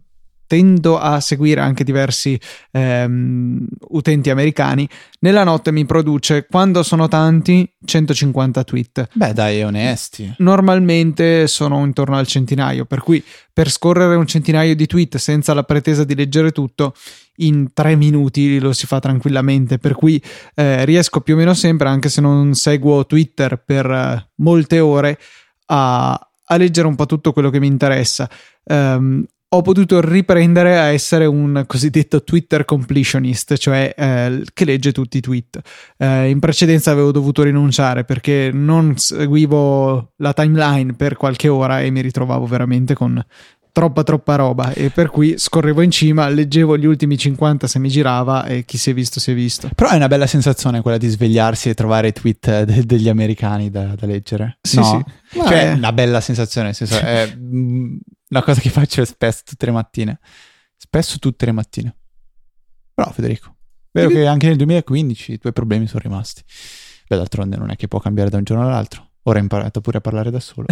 tendo a seguire anche diversi ehm, utenti americani, nella notte mi produce, quando sono tanti, centocinquanta tweet. Beh dai, onesti. Normalmente sono intorno al centinaio, per cui per scorrere un centinaio di tweet senza la pretesa di leggere tutto, in tre minuti lo si fa tranquillamente, per cui eh, riesco più o meno sempre, anche se non seguo Twitter per eh, molte ore, a, a leggere un po' tutto quello che mi interessa. Um, ho potuto riprendere a essere un cosiddetto Twitter completionist, cioè eh, che legge tutti i tweet. Eh, in precedenza avevo dovuto rinunciare perché non seguivo la timeline per qualche ora e mi ritrovavo veramente con troppa troppa roba, e per cui scorrevo in cima, leggevo gli ultimi cinquanta se mi girava, e chi si è visto si è visto. Però è una bella sensazione quella di svegliarsi e trovare i tweet de- degli americani da, da leggere. Sì, no? sì. Cioè è una bella sensazione, nel senso, è mm, una cosa che faccio spesso tutte le mattine. Spesso tutte le mattine. Però Federico, vero che anche nel duemilaquindici i tuoi problemi sono rimasti. Beh, d'altronde non è che può cambiare da un giorno all'altro. Ora hai imparato pure a parlare da solo.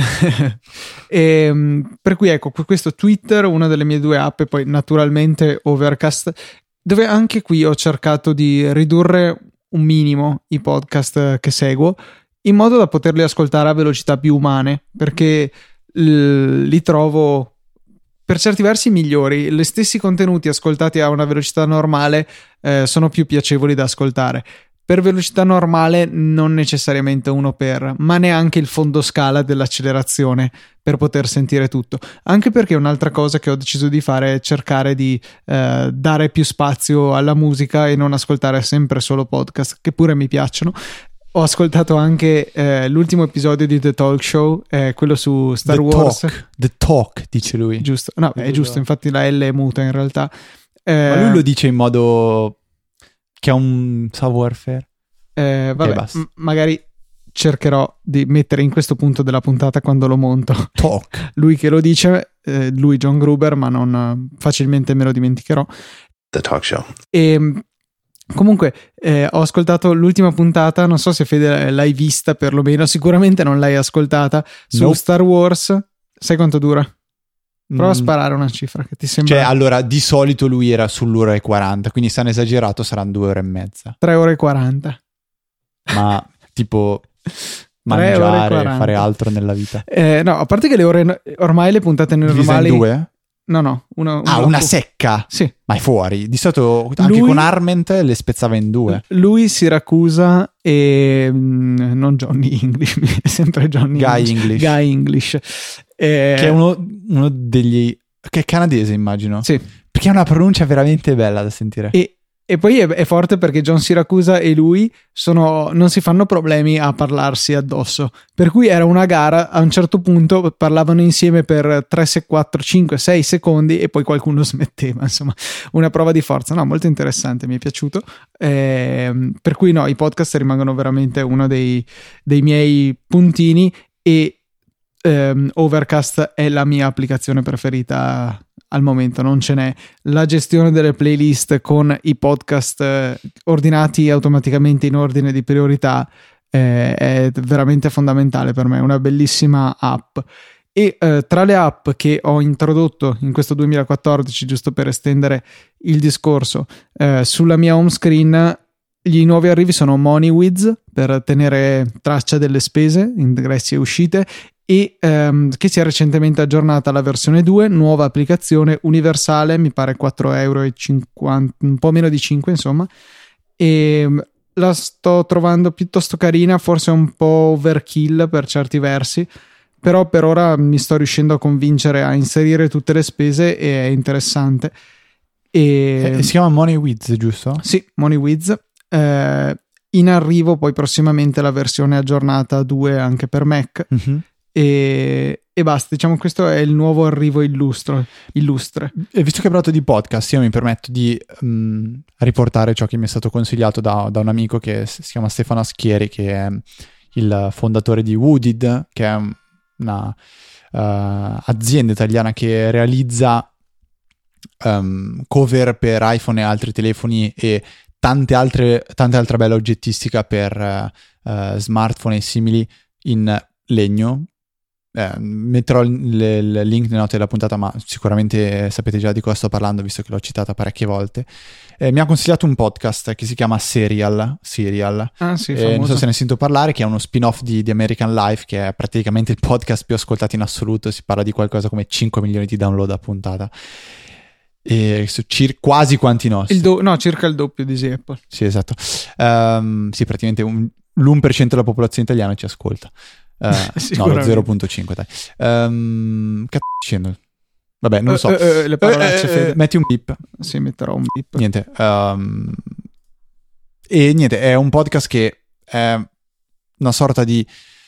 e, per cui ecco, questo Twitter, una delle mie due app, e poi naturalmente Overcast, dove anche qui ho cercato di ridurre un minimo i podcast che seguo, in modo da poterli ascoltare a velocità più umane, perché l- li trovo per certi versi migliori. Gli stessi contenuti ascoltati a una velocità normale eh, sono più piacevoli da ascoltare. Per velocità normale non necessariamente uno per, ma neanche il fondo scala dell'accelerazione per poter sentire tutto. Anche perché un'altra cosa che ho deciso di fare è cercare di eh, dare più spazio alla musica e non ascoltare sempre solo podcast, che pure mi piacciono. Ho ascoltato anche eh, l'ultimo episodio di The Talk Show, eh, quello su Star The Wars. Talk, The Talk, dice lui. Giusto, no, è giusto, infatti la L è muta in realtà. Eh, Ma lui lo dice in modo che ha un savoir-faire. Eh, vabbè, basta. m- magari cercherò di mettere in questo punto della puntata, quando lo monto, Talk. lui che lo dice, eh, lui John Gruber, ma non facilmente me lo dimenticherò. The Talk Show. E comunque eh, ho ascoltato l'ultima puntata, non so se Fede l'hai vista, perlomeno sicuramente non l'hai ascoltata, su Nope. Star Wars. Sai quanto dura? Prova Mm. a sparare una cifra che ti sembra. Cioè, allora, di solito lui era sull'ora e quaranta, quindi se hanno esagerato saranno due ore e mezza. tre ore e quaranta. Ma tipo tre ore e mangiare, quaranta. fare altro nella vita. Eh, no, a parte che le ore, ormai le puntate Divisa normali... in due? No, no. Una, Ah, una secca? Sì. Ma è fuori. Di solito anche Lui- con Arment le spezzava in due. Lui, Siracusa e mh, non Johnny English, è sempre Johnny Guy English. Guy English. Eh, Che è uno, uno degli... che è canadese, immagino. Sì. Perché ha una pronuncia veramente bella da sentire. E, e poi è, è forte perché John Siracusa e lui sono, non si fanno problemi a parlarsi addosso. Per cui era una gara, a un certo punto parlavano insieme per tre, quattro, cinque, sei secondi e poi qualcuno smetteva. Insomma, una prova di forza. No, molto interessante, mi è piaciuto. Eh, per cui no, i podcast rimangono veramente uno dei, dei miei puntini, e ehm, Overcast è la mia applicazione preferita al momento, non ce n'è. La gestione delle playlist con i podcast eh, ordinati automaticamente in ordine di priorità eh, è veramente fondamentale per me, è una bellissima app. E eh, tra le app che ho introdotto in questo duemilaquattordici, giusto per estendere il discorso, eh, sulla mia home screen gli nuovi arrivi sono MoneyWiz, per tenere traccia delle spese, ingressi e uscite, e ehm, che si è recentemente aggiornata la versione due, nuova applicazione universale, mi pare quattro euro e cinquanta, un po' meno di cinque insomma, e la sto trovando piuttosto carina, forse un po' overkill per certi versi, però per ora mi sto riuscendo a convincere a inserire tutte le spese e è interessante. E... Eh, si chiama MoneyWiz, giusto? Sì, MoneyWiz. Eh, in arrivo poi prossimamente la versione aggiornata due anche per Mac. Mm-hmm. E, e basta, diciamo questo è il nuovo arrivo illustro, illustre. E visto che hai parlato di podcast, io mi permetto di um, riportare ciò che mi è stato consigliato da, da un amico che si chiama Stefano Aschieri, che è il fondatore di Wooded, che è una uh, azienda italiana che realizza um, cover per iPhone e altri telefoni e tante altre, tante altre belle oggettistica per uh, uh, smartphone e simili in legno. eh, metterò il, il link nelle note della puntata, ma sicuramente sapete già di cosa sto parlando visto che l'ho citata parecchie volte. Eh, mi ha consigliato un podcast che si chiama Serial, Serial. Ah, sì, eh, non so se ne hai sentito parlare, che è uno spin-off di, di American Life, che è praticamente il podcast più ascoltato in assoluto. Si parla di qualcosa come cinque milioni di download a puntata, e su cir- quasi quanti nostri. Il do- no, circa il doppio di Easy Apple. Sì, esatto. Um, sì, praticamente un, l'uno per cento della popolazione italiana ci ascolta. Uh, no, lo zero virgola cinque, dai. Um, cazzo dicendo? Vabbè, non lo so. Uh, uh, uh, le parolacce, uh, uh, Fede. metti un beep. Sì, metterò un beep. Niente. Um, e niente, è un podcast che è una sorta di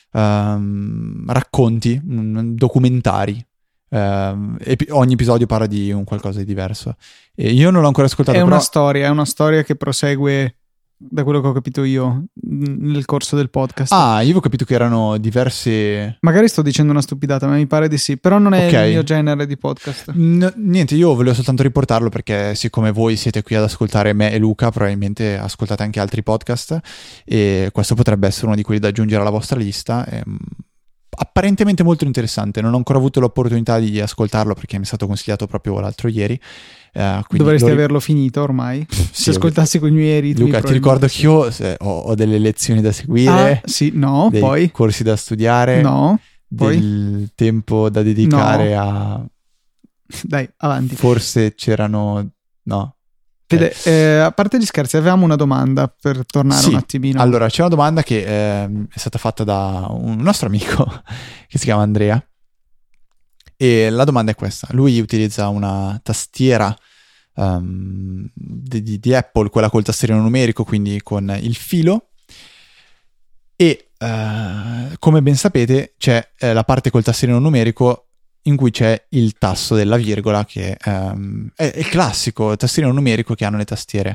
um, racconti, um, documentari. Um, epi- ogni episodio parla di un qualcosa di diverso. E io non l'ho ancora ascoltato. È però... una storia, è una storia che prosegue, da quello che ho capito io, nel corso del podcast. Ah, io avevo capito che erano diverse... Magari sto dicendo una stupidata, ma mi pare di sì. Però non è okay. il mio genere di podcast. N- niente, io volevo soltanto riportarlo perché siccome voi siete qui ad ascoltare me e Luca, probabilmente ascoltate anche altri podcast, e questo potrebbe essere uno di quelli da aggiungere alla vostra lista. E, apparentemente molto interessante. Non ho ancora avuto l'opportunità di ascoltarlo perché mi è stato consigliato proprio l'altro ieri. Uh, Dovresti ri- averlo finito ormai. sì, se ascoltassi con i miei ritmi. Luca, ti ricordo che io se, ho, ho delle lezioni da seguire. Ah, sì, no, dei poi corsi da studiare. No, poi del tempo da dedicare no. a... Dai, avanti. Forse c'erano... No. Fede, eh, a parte gli scherzi, avevamo una domanda per tornare sì, un attimino. Allora, c'è una domanda che eh, è stata fatta da un nostro amico che si chiama Andrea, e la domanda è questa. Lui utilizza una tastiera um, di, di, di Apple, quella col tastierino numerico, quindi con il filo, e uh, come ben sapete c'è eh, la parte col tastierino numerico in cui c'è il tasto della virgola, che um, è il classico tastierino numerico che hanno le tastiere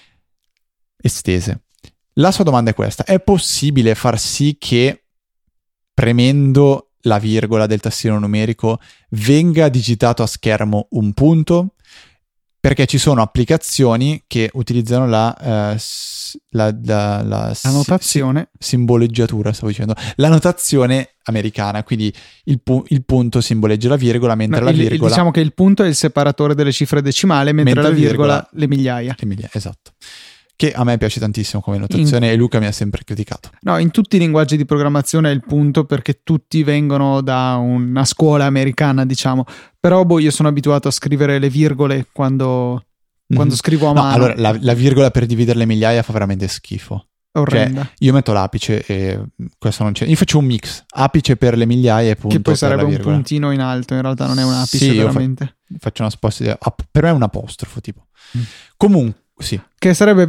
estese. La sua domanda è questa: è possibile far sì che premendo la virgola del tastierino numerico venga digitato a schermo un punto? Perché ci sono applicazioni che utilizzano la, uh, la, la, la, la notazione si, simboleggiatura, stavo dicendo, la notazione americana, quindi il, pu- il punto simboleggia la virgola, mentre no, la il, virgola... il, diciamo che il punto è il separatore delle cifre decimali, mentre, mentre la virgola, virgola le migliaia. Le migliaia, esatto. Che a me piace tantissimo come notazione in... e Luca mi ha sempre criticato. No, in tutti i linguaggi di programmazione è il punto, perché tutti vengono da una scuola americana, diciamo. Però boh, io sono abituato a scrivere le virgole quando, mm-hmm. quando scrivo a mano. No, allora, la, la virgola per dividere le migliaia fa veramente schifo. Orrenda. Cioè, io metto l'apice e questo non c'è. Io faccio un mix, apice per le migliaia e punto che poi per sarebbe la un virgola. puntino in alto, in realtà non è un apice, sì, veramente. Fa- faccio una sposta di... per me è un apostrofo tipo. Mm. Comunque, sì. Che sarebbe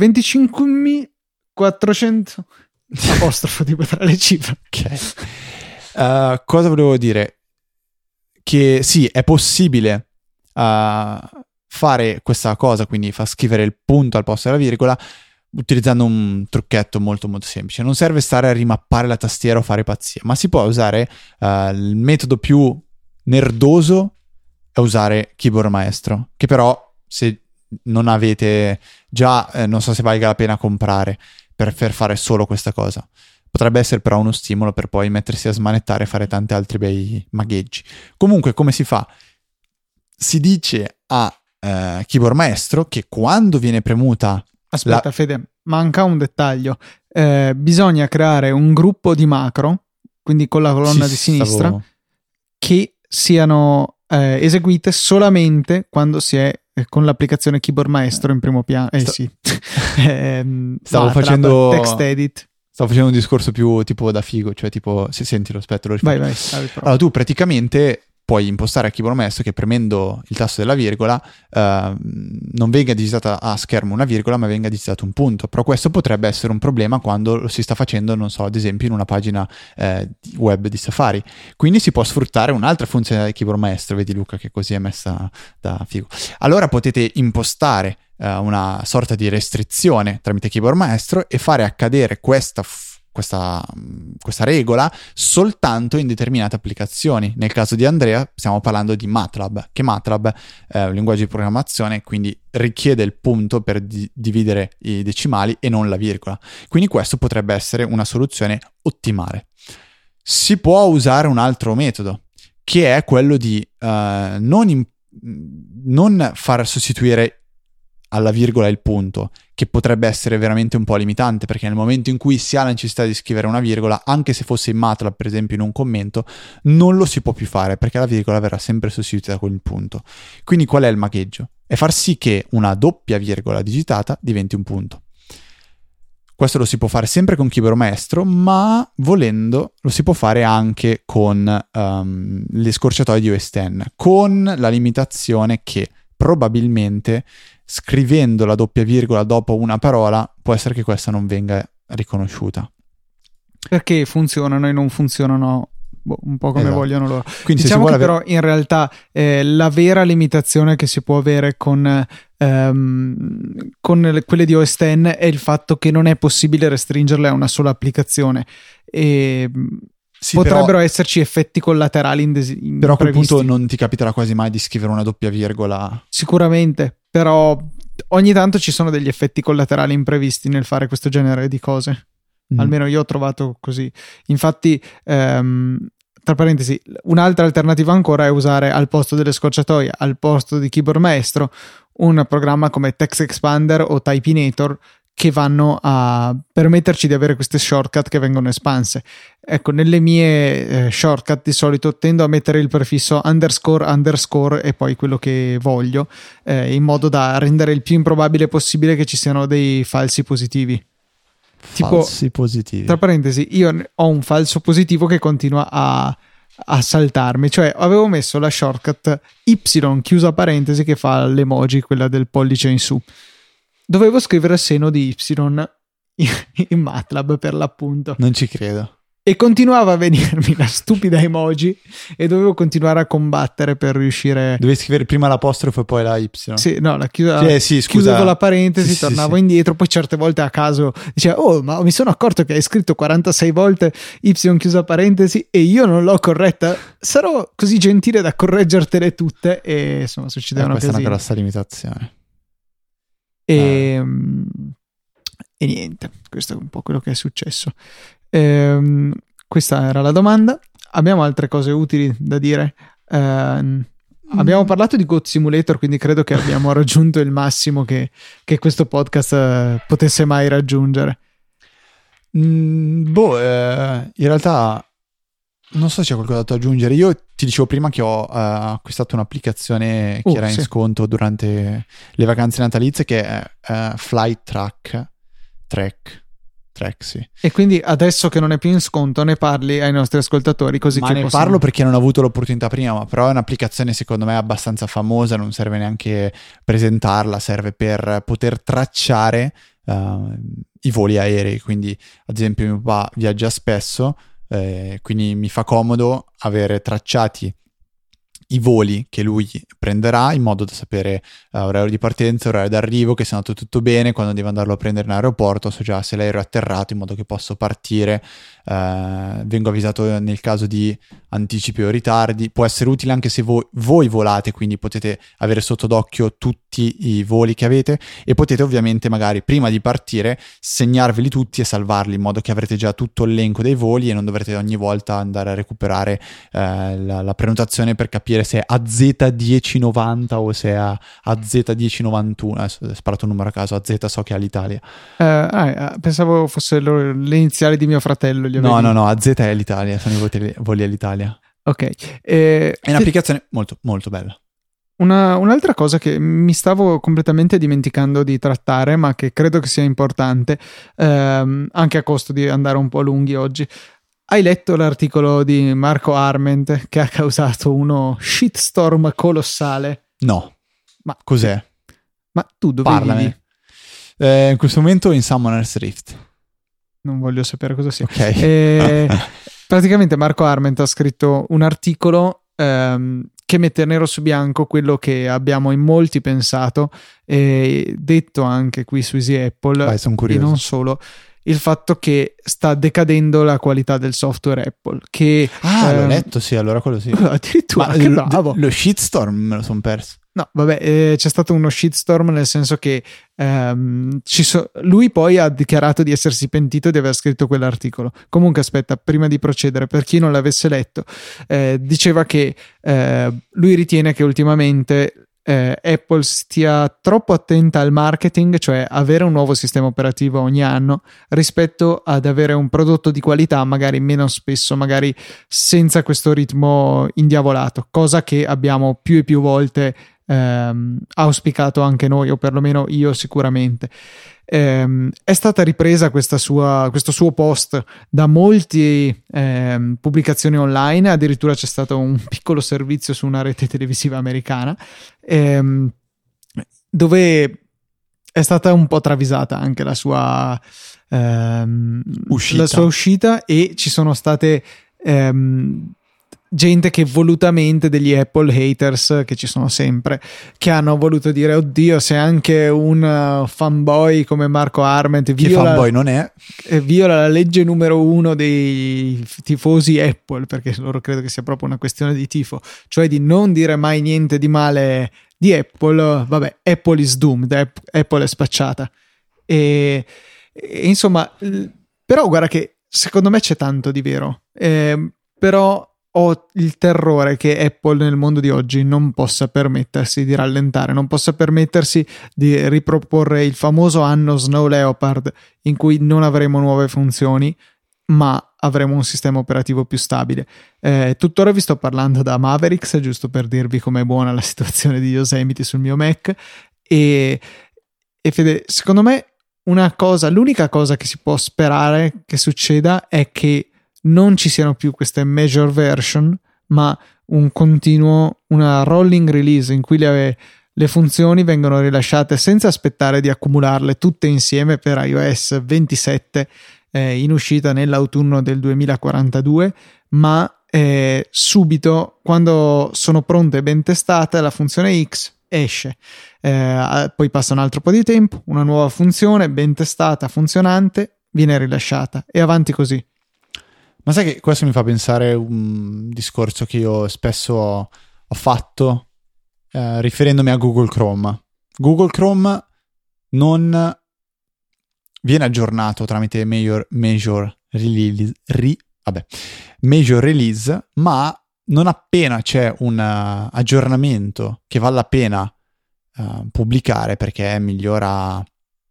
venticinquemilaquattrocento apostrofo tipo tra le cifre. Ok. Uh, cosa volevo dire? Che sì, è possibile uh, fare questa cosa, quindi far scrivere il punto al posto della virgola, utilizzando un trucchetto molto molto semplice. Non serve stare a rimappare la tastiera o fare pazzia, ma si può usare uh, il metodo più nerdoso è usare Keyboard Maestro, che però se non avete già, eh, non so se valga la pena comprare per, per fare solo questa cosa. Potrebbe essere però uno stimolo per poi mettersi a smanettare e fare tanti altri bei magheggi. Comunque, come si fa? Si dice a eh, Keyboard Maestro che quando viene premuta... Aspetta, la... Fede, manca un dettaglio. Eh, bisogna creare un gruppo di macro, quindi con la colonna sì, di sinistra, stavo... che siano eh, eseguite solamente quando si è con l'applicazione Keyboard Maestro in primo piano. Eh Sto... sì. eh, stavo no, facendo text edit. Stavo facendo un discorso più tipo da figo, cioè tipo, se senti lo spettro, lo vai, vai, vai, allora tu praticamente puoi impostare a Keyboard Maestro che premendo il tasto della virgola eh, non venga digitata a schermo una virgola, ma venga digitato un punto. Però questo potrebbe essere un problema quando lo si sta facendo, non so, ad esempio in una pagina eh, web di Safari. Quindi si può sfruttare un'altra funzione del Keyboard Maestro, vedi Luca che così è messa da figo. Allora potete impostare eh, una sorta di restrizione tramite Keyboard Maestro e fare accadere questa f- Questa, questa regola soltanto in determinate applicazioni. Nel caso di Andrea stiamo parlando di MATLAB, che MATLAB è un linguaggio di programmazione, quindi richiede il punto per di- dividere i decimali e non la virgola. Quindi questo potrebbe essere una soluzione ottimale. si può usare un altro metodo, che è quello di uh, non, in, non far sostituire alla virgola il punto, che potrebbe essere veramente un po' limitante, perché nel momento in cui si ha la necessità di scrivere una virgola, anche se fosse in MATLAB per esempio in un commento, non lo si può più fare, perché la virgola verrà sempre sostituita con il punto. Quindi qual è il magheggio? È far sì che una doppia virgola digitata diventi un punto. Questo lo si può fare sempre con Keyboard Maestro, ma volendo lo si può fare anche con um, le scorciatoie di O S X, con la limitazione che probabilmente scrivendo la doppia virgola dopo una parola può essere che questa non venga riconosciuta. Perché funzionano e non funzionano boh, un po' come esatto. vogliono loro. Quindi diciamo che ave- però in realtà eh, la vera limitazione che si può avere con, ehm, con le, quelle di O S X è il fatto che non è possibile restringerle a una sola applicazione e sì, potrebbero però, esserci effetti collaterali indesi- però a quel imprevisti. punto non ti capiterà quasi mai di scrivere una doppia virgola. Sicuramente, però ogni tanto ci sono degli effetti collaterali imprevisti nel fare questo genere di cose. Mm. Almeno io ho trovato così. Infatti, ehm, tra parentesi, un'altra alternativa ancora è usare al posto delle scorciatoie, al posto di Keyboard Maestro, un programma come Text Expander o Typinator, che vanno a permetterci di avere queste shortcut che vengono espanse. Ecco, nelle mie eh, shortcut di solito tendo a mettere il prefisso underscore underscore e poi quello che voglio, eh, in modo da rendere il più improbabile possibile che ci siano dei falsi positivi. Falsi tipo, positivi. Tra parentesi, io ho un falso positivo che continua a, a saltarmi, cioè avevo messo la shortcut Y chiusa parentesi che fa l'emoji, quella del pollice in su. Dovevo scrivere seno di Y in MATLAB per l'appunto. Non ci credo. E continuava a venirmi la stupida emoji e dovevo continuare a combattere per riuscire... Dovevi scrivere prima l'apostrofo e poi la Y. Sì, no, la chiusa... Sì, sì, scusa. Chiudevo la parentesi, sì, tornavo sì, sì. indietro, poi certe volte a caso diceva oh, ma mi sono accorto che hai scritto quarantasei volte Y chiusa parentesi e io non l'ho corretta. Sarò così gentile da correggertele tutte e insomma succedevano eh, questa casini. è una grossa limitazione. E, eh. e niente, questo è un po' quello che è successo. Ehm, questa era la domanda. Abbiamo altre cose utili da dire? Ehm, mm. Abbiamo parlato di Goat Simulator, quindi credo che abbiamo raggiunto il massimo che, che questo podcast uh, potesse mai raggiungere. Mm, boh, eh, in realtà non so se c'è qualcosa da aggiungere. Io ti dicevo prima che ho uh, acquistato un'applicazione che uh, era sì. in sconto durante le vacanze natalizie, che è uh, Flight Track. Track. Track, sì. E quindi adesso che non è più in sconto ne parli ai nostri ascoltatori così ma che ne possono... parlo perché non ho avuto l'opportunità prima, però è un'applicazione secondo me abbastanza famosa, non serve neanche presentarla, serve per poter tracciare uh, i voli aerei. Quindi ad esempio mio papà viaggia spesso, eh, quindi mi fa comodo avere tracciati i voli che lui prenderà in modo da sapere uh, orario di partenza, orario d'arrivo, che sia andato tutto bene, quando devo andarlo a prendere in aeroporto so già se l'aereo è atterrato in modo che posso partire, uh, vengo avvisato nel caso di anticipi o ritardi. Può essere utile anche se voi, voi volate, quindi potete avere sotto d'occhio tutti i voli che avete e potete ovviamente magari prima di partire segnarveli tutti e salvarli in modo che avrete già tutto l'elenco dei voli e non dovrete ogni volta andare a recuperare uh, la, la prenotazione per capire se è A Z dieci novanta o se è A Z dieci novantuno. Adesso ho sparato un numero a caso, A Z so che è all'Italia. Uh, ah, pensavo fosse lo, le iniziali di mio fratello. Gli no, no, no, A Z è l'Italia, sono i voli, voli all'Italia. Ok. Eh, è un'applicazione molto, molto bella. Una, un'altra cosa che mi stavo completamente dimenticando di trattare, ma che credo che sia importante, ehm, anche a costo di andare un po' lunghi oggi. Hai letto l'articolo di Marco Arment che ha causato uno shitstorm colossale? No. Ma cos'è? Ma tu dove Parlane. vivi? Eh, in questo momento in Summoner's Rift. Non voglio sapere cosa sia. Ok. Eh, praticamente Marco Arment ha scritto un articolo ehm, che mette nero su bianco quello che abbiamo in molti pensato e detto anche qui su Easy Apple. Vai, sono e curioso. non solo. Il fatto che sta decadendo la qualità del software Apple. Che, ah, ehm, l'ho letto, sì, allora quello sì. Addirittura, Ma che lo, bravo. Lo shitstorm me lo sono perso. No, vabbè, eh, c'è stato uno shitstorm, nel senso che ehm, ci so- lui poi ha dichiarato di essersi pentito di aver scritto quell'articolo. Comunque, aspetta, prima di procedere, per chi non l'avesse letto, eh, diceva che eh, lui ritiene che ultimamente eh, Apple stia troppo attenta al marketing, cioè avere un nuovo sistema operativo ogni anno, rispetto ad avere un prodotto di qualità magari meno spesso, magari senza questo ritmo indiavolato, cosa che abbiamo più e più volte ehm, auspicato anche noi, o perlomeno io sicuramente. Ehm, è stata ripresa questa sua, questo suo post da molte ehm, pubblicazioni online, addirittura c'è stato un piccolo servizio su una rete televisiva americana ehm, dove è stata un po' travisata anche la sua, ehm, uscita. la sua uscita, e ci sono state ehm, gente che volutamente, degli Apple haters che ci sono sempre, che hanno voluto dire oddio, se anche un uh, fanboy come Marco Arment Che viola, fanboy non è, eh, viola la legge numero uno dei tifosi Apple, perché loro credo che sia proprio una questione di tifo, cioè di non dire mai niente di male di Apple, vabbè, Apple is doomed, Apple è spacciata. E, e insomma, però guarda che secondo me c'è tanto di vero, eh, però ho il terrore che Apple nel mondo di oggi non possa permettersi di rallentare, non possa permettersi di riproporre il famoso anno Snow Leopard in cui non avremo nuove funzioni ma avremo un sistema operativo più stabile. Eh, tuttora vi sto parlando da Mavericks, giusto per dirvi com'è buona la situazione di Yosemite sul mio Mac, e, e Fede, secondo me una cosa, l'unica cosa che si può sperare che succeda è che non ci siano più queste major version, ma un continuo, una rolling release in cui le, le funzioni vengono rilasciate senza aspettare di accumularle tutte insieme per iOS ventisette eh, in uscita nell'autunno del duemilaquarantadue, ma eh, subito, quando sono pronte e ben testate, la funzione X esce, eh, poi passa un altro po' di tempo, una nuova funzione ben testata, funzionante, viene rilasciata, e avanti così. Ma sai che questo mi fa pensare un discorso che io spesso ho, ho fatto eh, riferendomi a Google Chrome. Google Chrome non viene aggiornato tramite major, major release, ri, vabbè, major release, ma non appena c'è un uh, aggiornamento che vale la pena uh, pubblicare perché migliora,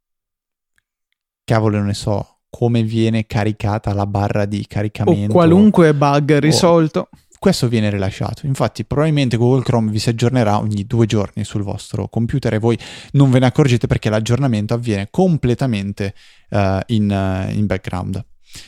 cavolo, non ne so, come viene caricata la barra di caricamento o qualunque bug risolto, oh, questo viene rilasciato. Infatti probabilmente Google Chrome vi si aggiornerà ogni due giorni sul vostro computer e voi non ve ne accorgete perché l'aggiornamento avviene completamente uh, in, uh, in background.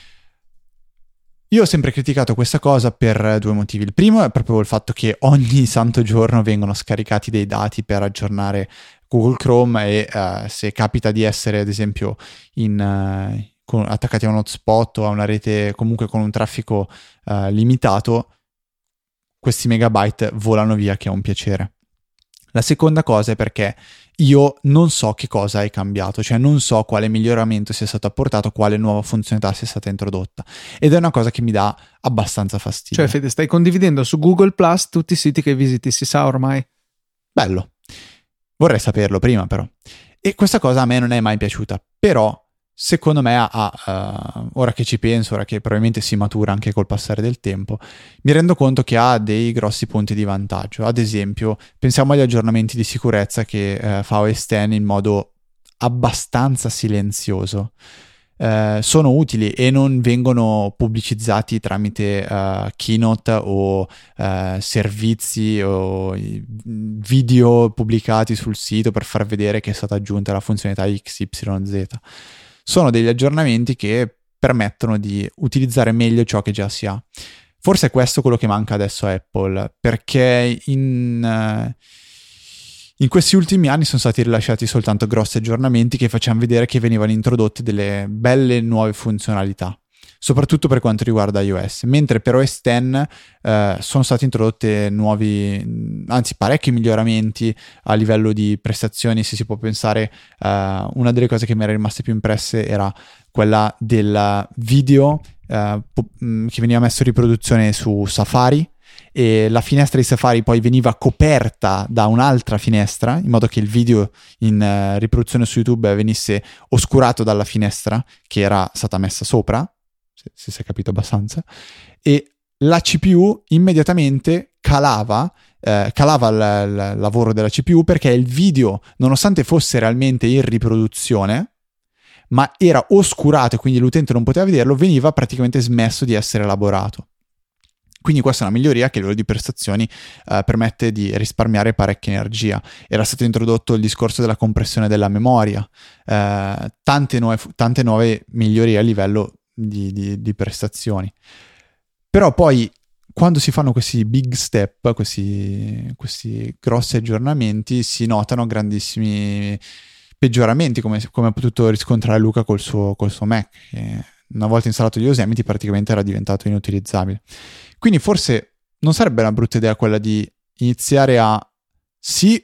Io ho sempre criticato questa cosa per due motivi. Il primo è proprio il fatto che ogni santo giorno vengono scaricati dei dati per aggiornare Google Chrome e uh, se capita di essere ad esempio in... Uh, attaccati a un hotspot o a una rete comunque con un traffico uh, limitato, questi megabyte volano via, che è un piacere. La seconda cosa è perché io non so che cosa è cambiato, cioè non so quale miglioramento sia stato apportato, quale nuova funzionalità sia stata introdotta, ed è una cosa che mi dà abbastanza fastidio. Cioè Fede, stai condividendo su Google Plus tutti i siti che visiti, si sa ormai. Bello, vorrei saperlo prima però, e questa cosa a me non è mai piaciuta, però secondo me, ha, uh, ora che ci penso, ora che probabilmente si matura anche col passare del tempo, mi rendo conto che ha dei grossi punti di vantaggio. Ad esempio, pensiamo agli aggiornamenti di sicurezza che uh, fa O S X in modo abbastanza silenzioso. Uh, sono utili e non vengono pubblicizzati tramite uh, Keynote o uh, servizi o video pubblicati sul sito per far vedere che è stata aggiunta la funzionalità X Y Z. Sono degli aggiornamenti che permettono di utilizzare meglio ciò che già si ha. Forse è questo quello che manca adesso a Apple, perché in, uh, in questi ultimi anni sono stati rilasciati soltanto grossi aggiornamenti che facevano vedere che venivano introdotte delle belle nuove funzionalità, soprattutto per quanto riguarda iOS, mentre per O S X eh, sono stati introdotti nuovi, anzi parecchi miglioramenti a livello di prestazioni. Se si può pensare, eh, una delle cose che mi era rimaste più impresse era quella del video eh, po- che veniva messo in riproduzione su Safari e la finestra di Safari poi veniva coperta da un'altra finestra, in modo che il video in uh, riproduzione su YouTube venisse oscurato dalla finestra che era stata messa sopra, se, se si è capito abbastanza, e la C P U immediatamente calava eh, calava il, il lavoro della C P U, perché il video, nonostante fosse realmente in riproduzione, ma era oscurato e quindi l'utente non poteva vederlo, veniva praticamente smesso di essere elaborato. Quindi questa è una miglioria che a livello di prestazioni eh, permette di risparmiare parecchia energia. Era stato introdotto il discorso della compressione della memoria, eh, tante, nuove, tante nuove migliorie a livello di, di, di prestazioni. Però poi quando si fanno questi big step, questi, questi grossi aggiornamenti, si notano grandissimi peggioramenti, come, come ha potuto riscontrare Luca col suo, col suo Mac, che una volta installato Yosemite praticamente era diventato inutilizzabile. Quindi forse non sarebbe una brutta idea quella di iniziare a sì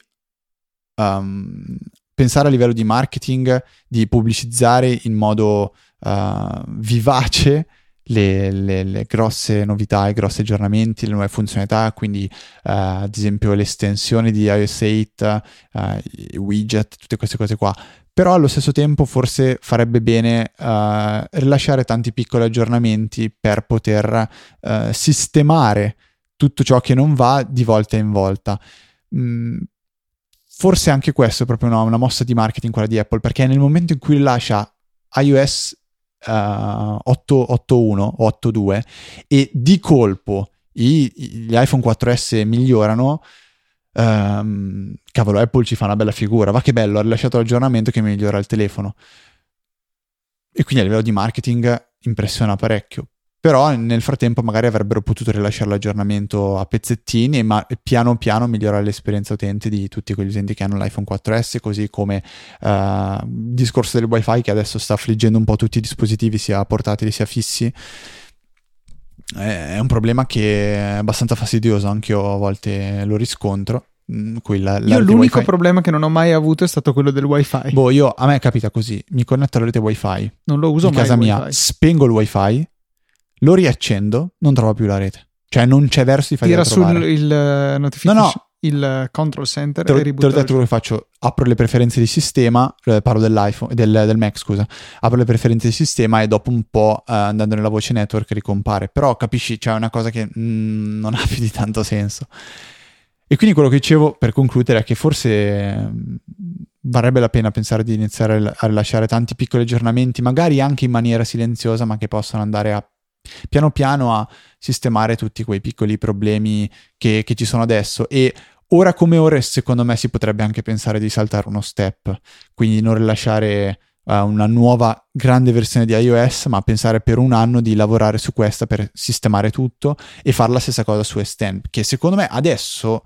um, pensare a livello di marketing, di pubblicizzare in modo uh, vivace le, le, le grosse novità, i grossi aggiornamenti, le nuove funzionalità, quindi uh, ad esempio l'estensione di iOS otto, uh, i widget, tutte queste cose qua. Però allo stesso tempo forse farebbe bene uh, rilasciare tanti piccoli aggiornamenti per poter uh, sistemare tutto ciò che non va di volta in volta. Mm, forse anche questo è proprio una, una mossa di marketing, quella di Apple, perché nel momento in cui rilascia iOS uh, otto punto uno o otto punto due e di colpo i, gli iPhone quattro S migliorano, Um, cavolo, Apple ci fa una bella figura, va che bello, ha rilasciato l'aggiornamento che migliora il telefono, e quindi a livello di marketing impressiona parecchio. Però nel frattempo magari avrebbero potuto rilasciare l'aggiornamento a pezzettini e ma- piano piano migliorare l'esperienza utente di tutti quegli utenti che hanno l'iPhone quattro S, così come uh, il discorso del Wi-Fi che adesso sta affliggendo un po' tutti i dispositivi, sia portatili sia fissi. È un problema che è abbastanza fastidioso, anche io a volte lo riscontro. Quella, io l'unico wifi... problema che non ho mai avuto è stato quello del wifi. Boh, io a me capita così, mi connetto alla rete wifi, non lo uso in mai casa mia, wifi. Spengo il wifi, lo riaccendo, non trovo più la rete, cioè non c'è verso di farla trovare. Tira sul il notification, no, no. il control center te, e te l'ho detto quello che faccio, apro le preferenze di sistema, eh, parlo dell'iPhone, del, del Mac scusa, apro le preferenze di sistema e dopo un po' eh, andando nella voce network ricompare, però capisci, c'è una cosa che mm, non ha più di tanto senso. E quindi quello che dicevo per concludere è che forse eh, varrebbe la pena pensare di iniziare a rilasciare tanti piccoli aggiornamenti, magari anche in maniera silenziosa, ma che possano andare a piano piano a sistemare tutti quei piccoli problemi che, che ci sono adesso. E ora come ora secondo me si potrebbe anche pensare di saltare uno step, quindi non rilasciare uh, una nuova grande versione di iOS, ma pensare per un anno di lavorare su questa per sistemare tutto e fare la stessa cosa su S dieci, che secondo me adesso,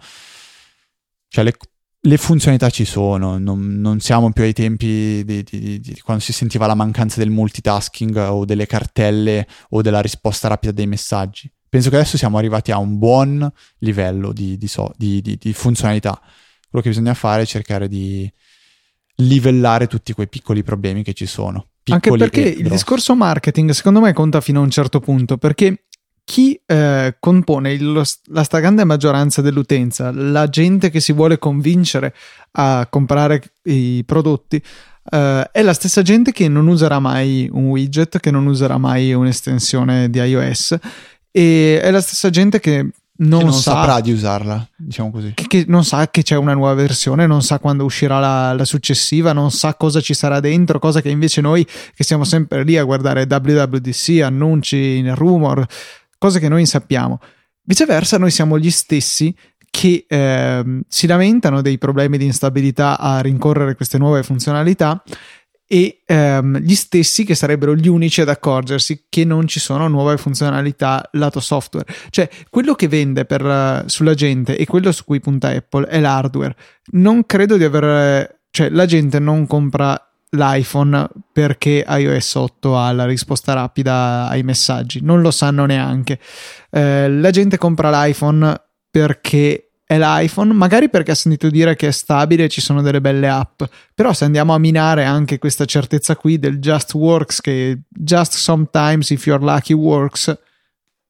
cioè le, le funzionalità ci sono, non, non siamo più ai tempi di, di, di, di quando si sentiva la mancanza del multitasking o delle cartelle o della risposta rapida dei messaggi. Penso che adesso siamo arrivati a un buon livello di, di, so, di, di, di funzionalità. Quello che bisogna fare è cercare di livellare tutti quei piccoli problemi che ci sono. Anche perché il discorso marketing secondo me conta fino a un certo punto, perché chi eh, compone il, lo, la stragrande maggioranza dell'utenza, la gente che si vuole convincere a comprare i prodotti, eh, è la stessa gente che non userà mai un widget, che non userà mai un'estensione di iOS, e è la stessa gente che non, che non sa, saprà di usarla, diciamo così, che, che non sa che c'è una nuova versione, non sa quando uscirà la, la successiva, non sa cosa ci sarà dentro, cosa che invece noi che siamo sempre lì a guardare W W D C, annunci, rumor, cose che noi sappiamo. Viceversa, noi siamo gli stessi che eh, si lamentano dei problemi di instabilità a rincorrere queste nuove funzionalità, e ehm, gli stessi che sarebbero gli unici ad accorgersi che non ci sono nuove funzionalità lato software. Cioè, quello che vende per, uh, sulla gente e quello su cui punta Apple è l'hardware. Non credo di aver... cioè, la gente non compra l'iPhone perché iOS otto ha la risposta rapida ai messaggi, non lo sanno neanche. Eh, la gente compra l'iPhone perché è l'iPhone, magari perché ha sentito dire che è stabile e ci sono delle belle app, però se andiamo a minare anche questa certezza qui del just works, che just sometimes if you're lucky works,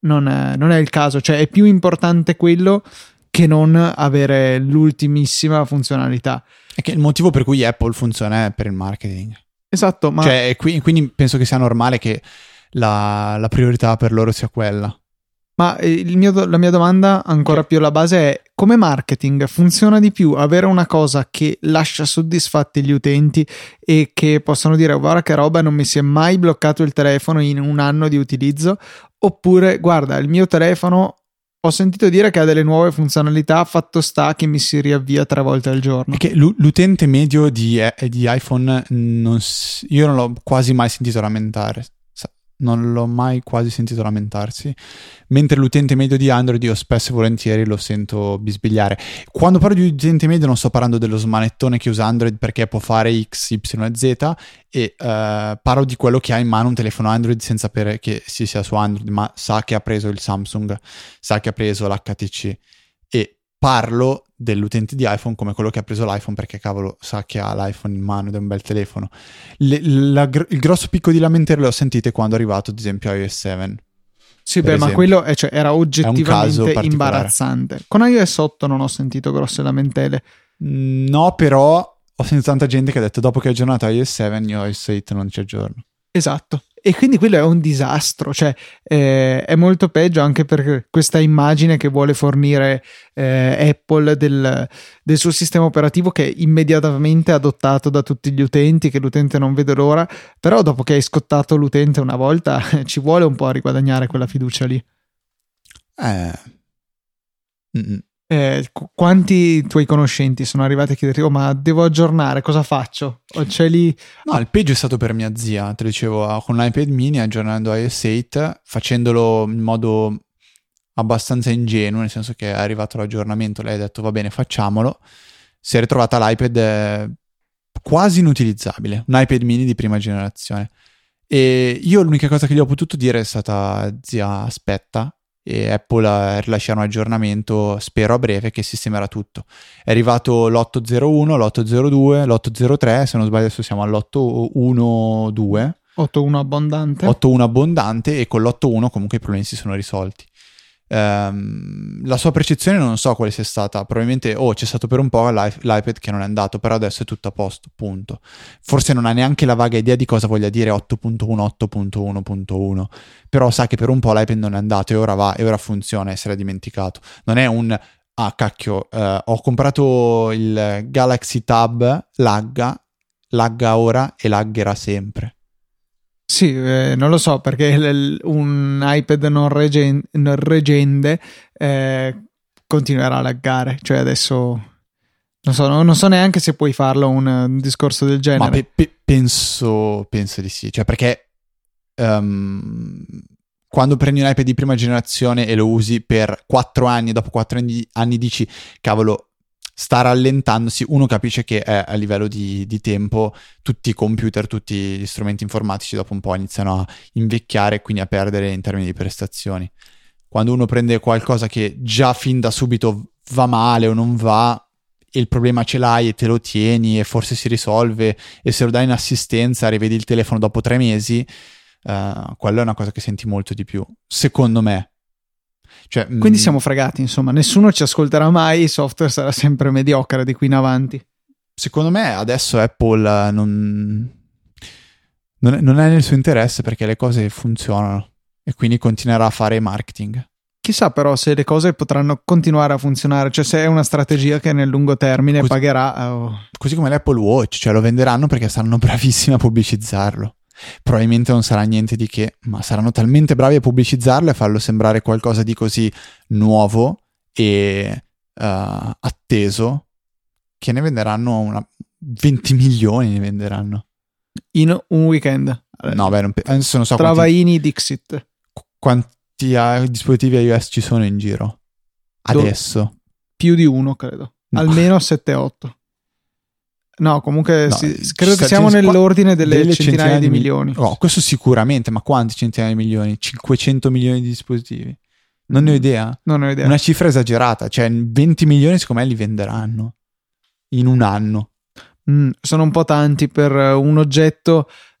non è, non è il caso, cioè è più importante quello che non avere l'ultimissima funzionalità. È che il motivo per cui Apple funziona è per il marketing. Esatto, ma... Cioè, quindi penso che sia normale che la, la priorità per loro sia quella. Ma il mio, la mia domanda, ancora più alla base, è: come marketing funziona di più avere una cosa che lascia soddisfatti gli utenti e che possono dire guarda che roba, non mi si è mai bloccato il telefono in un anno di utilizzo, oppure guarda il mio telefono ho sentito dire che ha delle nuove funzionalità, fatto sta che mi si riavvia tre volte al giorno? Perché l'utente medio di, di iPhone non, io non l'ho quasi mai sentito lamentare. Non l'ho mai quasi sentito lamentarsi, mentre l'utente medio di Android io spesso e volentieri lo sento bisbigliare. Quando parlo di utente medio non sto parlando dello smanettone che usa Android perché può fare X, Y e Z, e uh, parlo di quello che ha in mano un telefono Android senza sapere che si sia su Android, ma sa che ha preso il Samsung, sa che ha preso l'H T C, e parlo dell'utente di iPhone come quello che ha preso l'iPhone perché cavolo sa che ha l'iPhone in mano ed è un bel telefono. Le, la, il grosso picco di lamentele l'ho sentite quando è arrivato ad esempio iOS sette. Sì, beh, esempio. Ma quello è, cioè, era oggettivamente imbarazzante. Con iOS otto non ho sentito grosse lamentele. No, però ho sentito tanta gente che ha detto dopo che ho aggiornato iOS sette io iOS otto non ci aggiorno. Esatto. E quindi quello è un disastro, cioè eh, è molto peggio anche per questa immagine che vuole fornire eh, Apple del, del suo sistema operativo, che è immediatamente adottato da tutti gli utenti, che l'utente non vede l'ora, però dopo che hai scottato l'utente una volta ci vuole un po' a riguadagnare quella fiducia lì. Eh... Mm-mm. Eh, quanti tuoi conoscenti sono arrivati a chiederti oh ma devo aggiornare, cosa faccio? O c'è lì... No, il peggio è stato per mia zia, te lo dicevo, con l'iPad mini aggiornando iOS otto, facendolo in modo abbastanza ingenuo, nel senso che è arrivato l'aggiornamento, lei ha detto va bene facciamolo, si è ritrovata l'iPad quasi inutilizzabile, un iPad mini di prima generazione, e io l'unica cosa che gli ho potuto dire è stata zia aspetta, e Apple rilascerà un aggiornamento spero a breve che sistemerà tutto. È arrivato l'otto zero uno, l'otto zero due, l'otto zero tre, se non sbaglio adesso siamo all'otto uno due, otto uno abbondante otto uno abbondante, e con l'otto uno comunque i problemi si sono risolti. Um, la sua percezione non so quale sia stata, probabilmente oh c'è stato per un po' l'i- l'iPad che non è andato, però adesso è tutto a posto, punto. Forse non ha neanche la vaga idea di cosa voglia dire otto punto uno, otto punto uno punto uno, però sa che per un po' l'iPad non è andato e ora va e ora funziona e se l'è dimenticato. Non è un ah cacchio uh, ho comprato il Galaxy Tab, lagga lagga ora e laggerà sempre. Sì, eh, non lo so, perché l- un iPad non, regen- non reggende eh, continuerà a laggare, cioè adesso non so, non so neanche se puoi farlo un, un discorso del genere. Ma pe- pe- penso, penso di sì, cioè perché um, quando prendi un iPad di prima generazione e lo usi per quattro anni e dopo quattro anni, anni dici cavolo sta rallentandosi, uno capisce che è a livello di, di tempo tutti i computer, tutti gli strumenti informatici dopo un po' iniziano a invecchiare e quindi a perdere in termini di prestazioni. Quando uno prende qualcosa che già fin da subito va male o non va e il problema ce l'hai e te lo tieni e forse si risolve e se lo dai in assistenza rivedi il telefono dopo tre mesi, uh, quella è una cosa che senti molto di più, secondo me. Cioè, quindi siamo fregati, insomma, nessuno ci ascolterà mai, il software sarà sempre mediocre di qui in avanti. Secondo me adesso Apple non, non, è, non è nel suo interesse perché le cose funzionano e quindi continuerà a fare marketing. Chissà però se le cose potranno continuare a funzionare, cioè se è una strategia che nel lungo termine così, pagherà. Oh. Così come l'Apple Watch, cioè lo venderanno perché saranno bravissimi a pubblicizzarlo. Probabilmente non sarà niente di che, ma saranno talmente bravi a pubblicizzarlo e farlo sembrare qualcosa di così nuovo e uh, atteso che ne venderanno una venti milioni ne venderanno in un weekend. No, beh, non pe- adesso non so tra quanti, Vaini Dixit. Quanti uh, dispositivi iOS ci sono in giro adesso? Do- più di uno, credo. No. Almeno sette otto. No, comunque no, sì, credo che siamo nell'ordine delle, delle centinaia, centinaia di milioni. Oh, questo sicuramente, ma quanti centinaia di milioni? cinquecento milioni di dispositivi? Non ne ho idea. Non ne ho idea. Una cifra esagerata, cioè venti milioni secondo me li venderanno in un anno. Mm, sono un po' tanti per un oggetto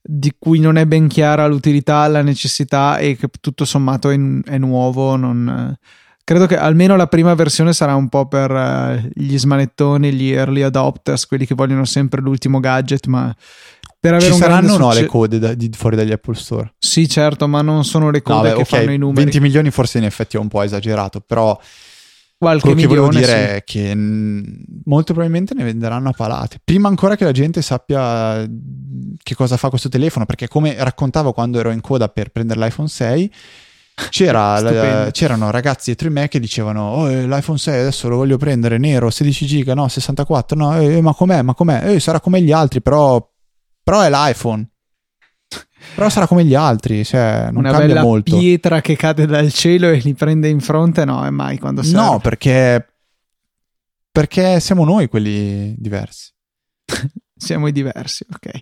di cui non è ben chiara l'utilità, la necessità, e che tutto sommato è, è nuovo. Non, credo che almeno la prima versione sarà un po' per uh, gli smanettoni, gli early adopters, quelli che vogliono sempre l'ultimo gadget, ma per avere ci un saranno o no succe- le code da, di, fuori dagli Apple Store? Sì, certo, ma non sono le code no, beh, che okay, fanno i numeri. venti milioni forse in effetti è un po' esagerato, però qualche quello che volevo milione, dire sì. è che mh, molto probabilmente ne venderanno a palate prima ancora che la gente sappia che cosa fa questo telefono, perché come raccontavo quando ero in coda per prendere l'iPhone sei c'era la, c'erano ragazzi dietro di me che dicevano oh, eh, l'iPhone sei adesso lo voglio prendere nero, sedici giga, no sessantaquattro, no eh, ma com'è, ma com'è, eh, sarà come gli altri, però però è l'iPhone, però sarà come gli altri, cioè non una cambia bella molto. Pietra che cade dal cielo e li prende in fronte, no, è mai quando serve. No, perché perché siamo noi quelli diversi. Siamo i diversi, ok.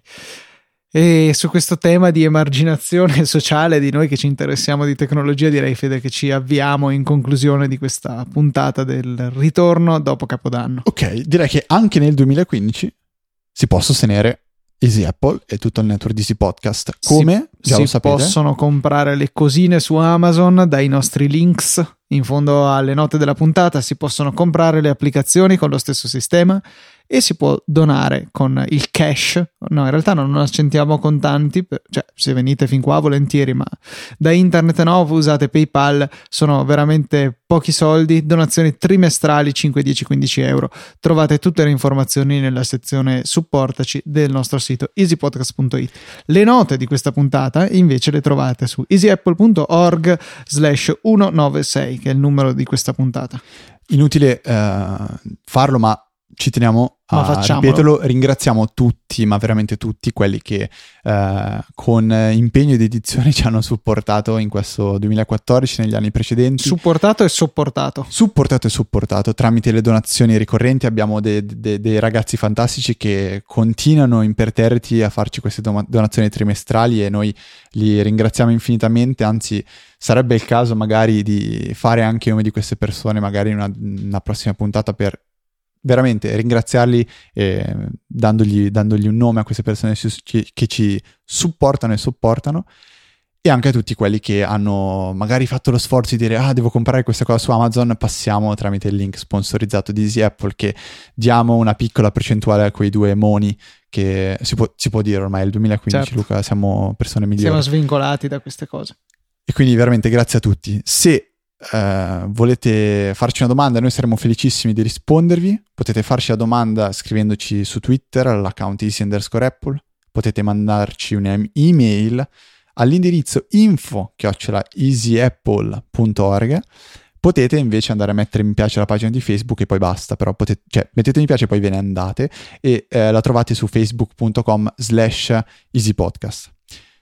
E su questo tema di emarginazione sociale di noi che ci interessiamo di tecnologia, direi, Fede, che ci avviamo in conclusione di questa puntata del ritorno dopo Capodanno. Ok, direi che anche nel duemilaquindici si può sostenere Easy Apple e tutto il network di Easy Podcast. Come si, già si lo sapete, possono comprare le cosine su Amazon dai nostri links in fondo alle note della puntata, si possono comprare le applicazioni con lo stesso sistema e si può donare con il cash. No, in realtà non accettiamo contanti, cioè se venite fin qua volentieri, ma da internet no, usate PayPal, sono veramente pochi soldi, donazioni trimestrali cinque, dieci, quindici euro. Trovate tutte le informazioni nella sezione supportaci del nostro sito easypodcast punto it. Le note di questa puntata invece le trovate su easyapple punto org slash centonovantasei, che è il numero di questa puntata. Inutile uh, farlo, ma ci teniamo a ripeterlo, ringraziamo tutti, ma veramente tutti quelli che uh, con impegno ed edizione ci hanno supportato in questo duemilaquattordici, negli anni precedenti. Supportato e sopportato. Supportato e supportato tramite le donazioni ricorrenti. Abbiamo dei de, de ragazzi fantastici che continuano imperterriti a farci queste do- donazioni trimestrali e noi li ringraziamo infinitamente, anzi sarebbe il caso magari di fare anche una di queste persone magari in una, una prossima puntata per veramente ringraziarli, eh, dandogli, dandogli un nome a queste persone che, che ci supportano e sopportano, e anche a tutti quelli che hanno magari fatto lo sforzo di dire ah devo comprare questa cosa su Amazon, passiamo tramite il link sponsorizzato di Easy Apple, che diamo una piccola percentuale a quei due moni che si può, si può dire ormai è il duemilaquindici, certo. Luca, siamo persone migliori, siamo svincolati da queste cose, e quindi veramente grazie a tutti. Se Uh, volete farci una domanda, noi saremo felicissimi di rispondervi. Potete farci la domanda scrivendoci su Twitter all'account easy underscore apple, potete mandarci un'email all'indirizzo info chiocciola easyapple punto org, potete invece andare a mettere mi piace alla pagina di Facebook e poi basta, però potete, cioè mettete mi piace e poi ve ne andate, e eh, la trovate su facebook punto com slash easypodcast.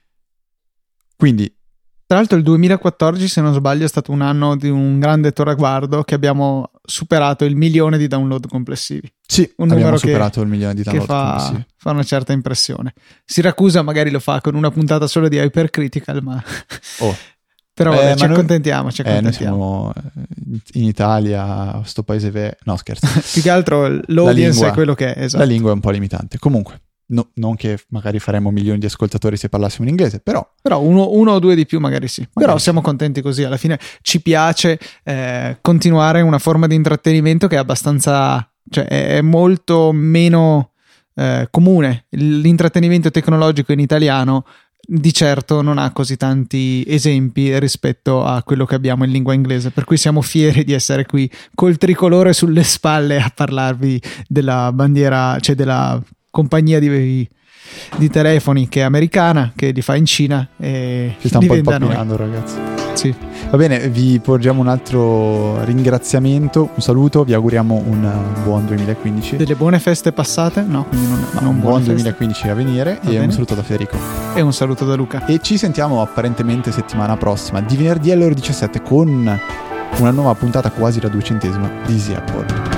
Quindi tra l'altro il duemilaquattordici, se non sbaglio, è stato un anno di un grande traguardo, che abbiamo superato il milione di download complessivi. Sì, un abbiamo numero superato che, il milione di download che fa, complessivi. Fa una certa impressione. Siracusa magari lo fa con una puntata solo di Hypercritical, ma... Oh. Però vabbè, eh, ci, noi, accontentiamo, ci accontentiamo. Eh, noi siamo in Italia, sto paese... Ve- no, scherzo. Più che altro l'audience lingua, è quello che è, esatto. La lingua è un po' limitante. Comunque, no, non che magari faremo milioni di ascoltatori se parlassimo in inglese, però... Però uno, uno o due di più magari sì. Magari però sì. Siamo contenti così. Alla fine ci piace eh, continuare una forma di intrattenimento che è abbastanza... cioè è molto meno eh, comune. L'intrattenimento tecnologico in italiano di certo non ha così tanti esempi rispetto a quello che abbiamo in lingua inglese, per cui siamo fieri di essere qui col tricolore sulle spalle a parlarvi della bandiera, cioè della compagnia di, di telefoni che è americana, che li fa in Cina e ci sta un po' impappinando, ragazzi. Sì. Va bene, vi porgiamo un altro ringraziamento, un saluto, vi auguriamo un buon duemilaquindici. Delle buone feste passate? No, quindi non, no, non un buon duemilaquindici a venire. Va e bene. Un saluto da Federico. E un saluto da Luca. E ci sentiamo apparentemente settimana prossima, di venerdì alle ore diciassette, con una nuova puntata, quasi la duecentesima di Easy Apple.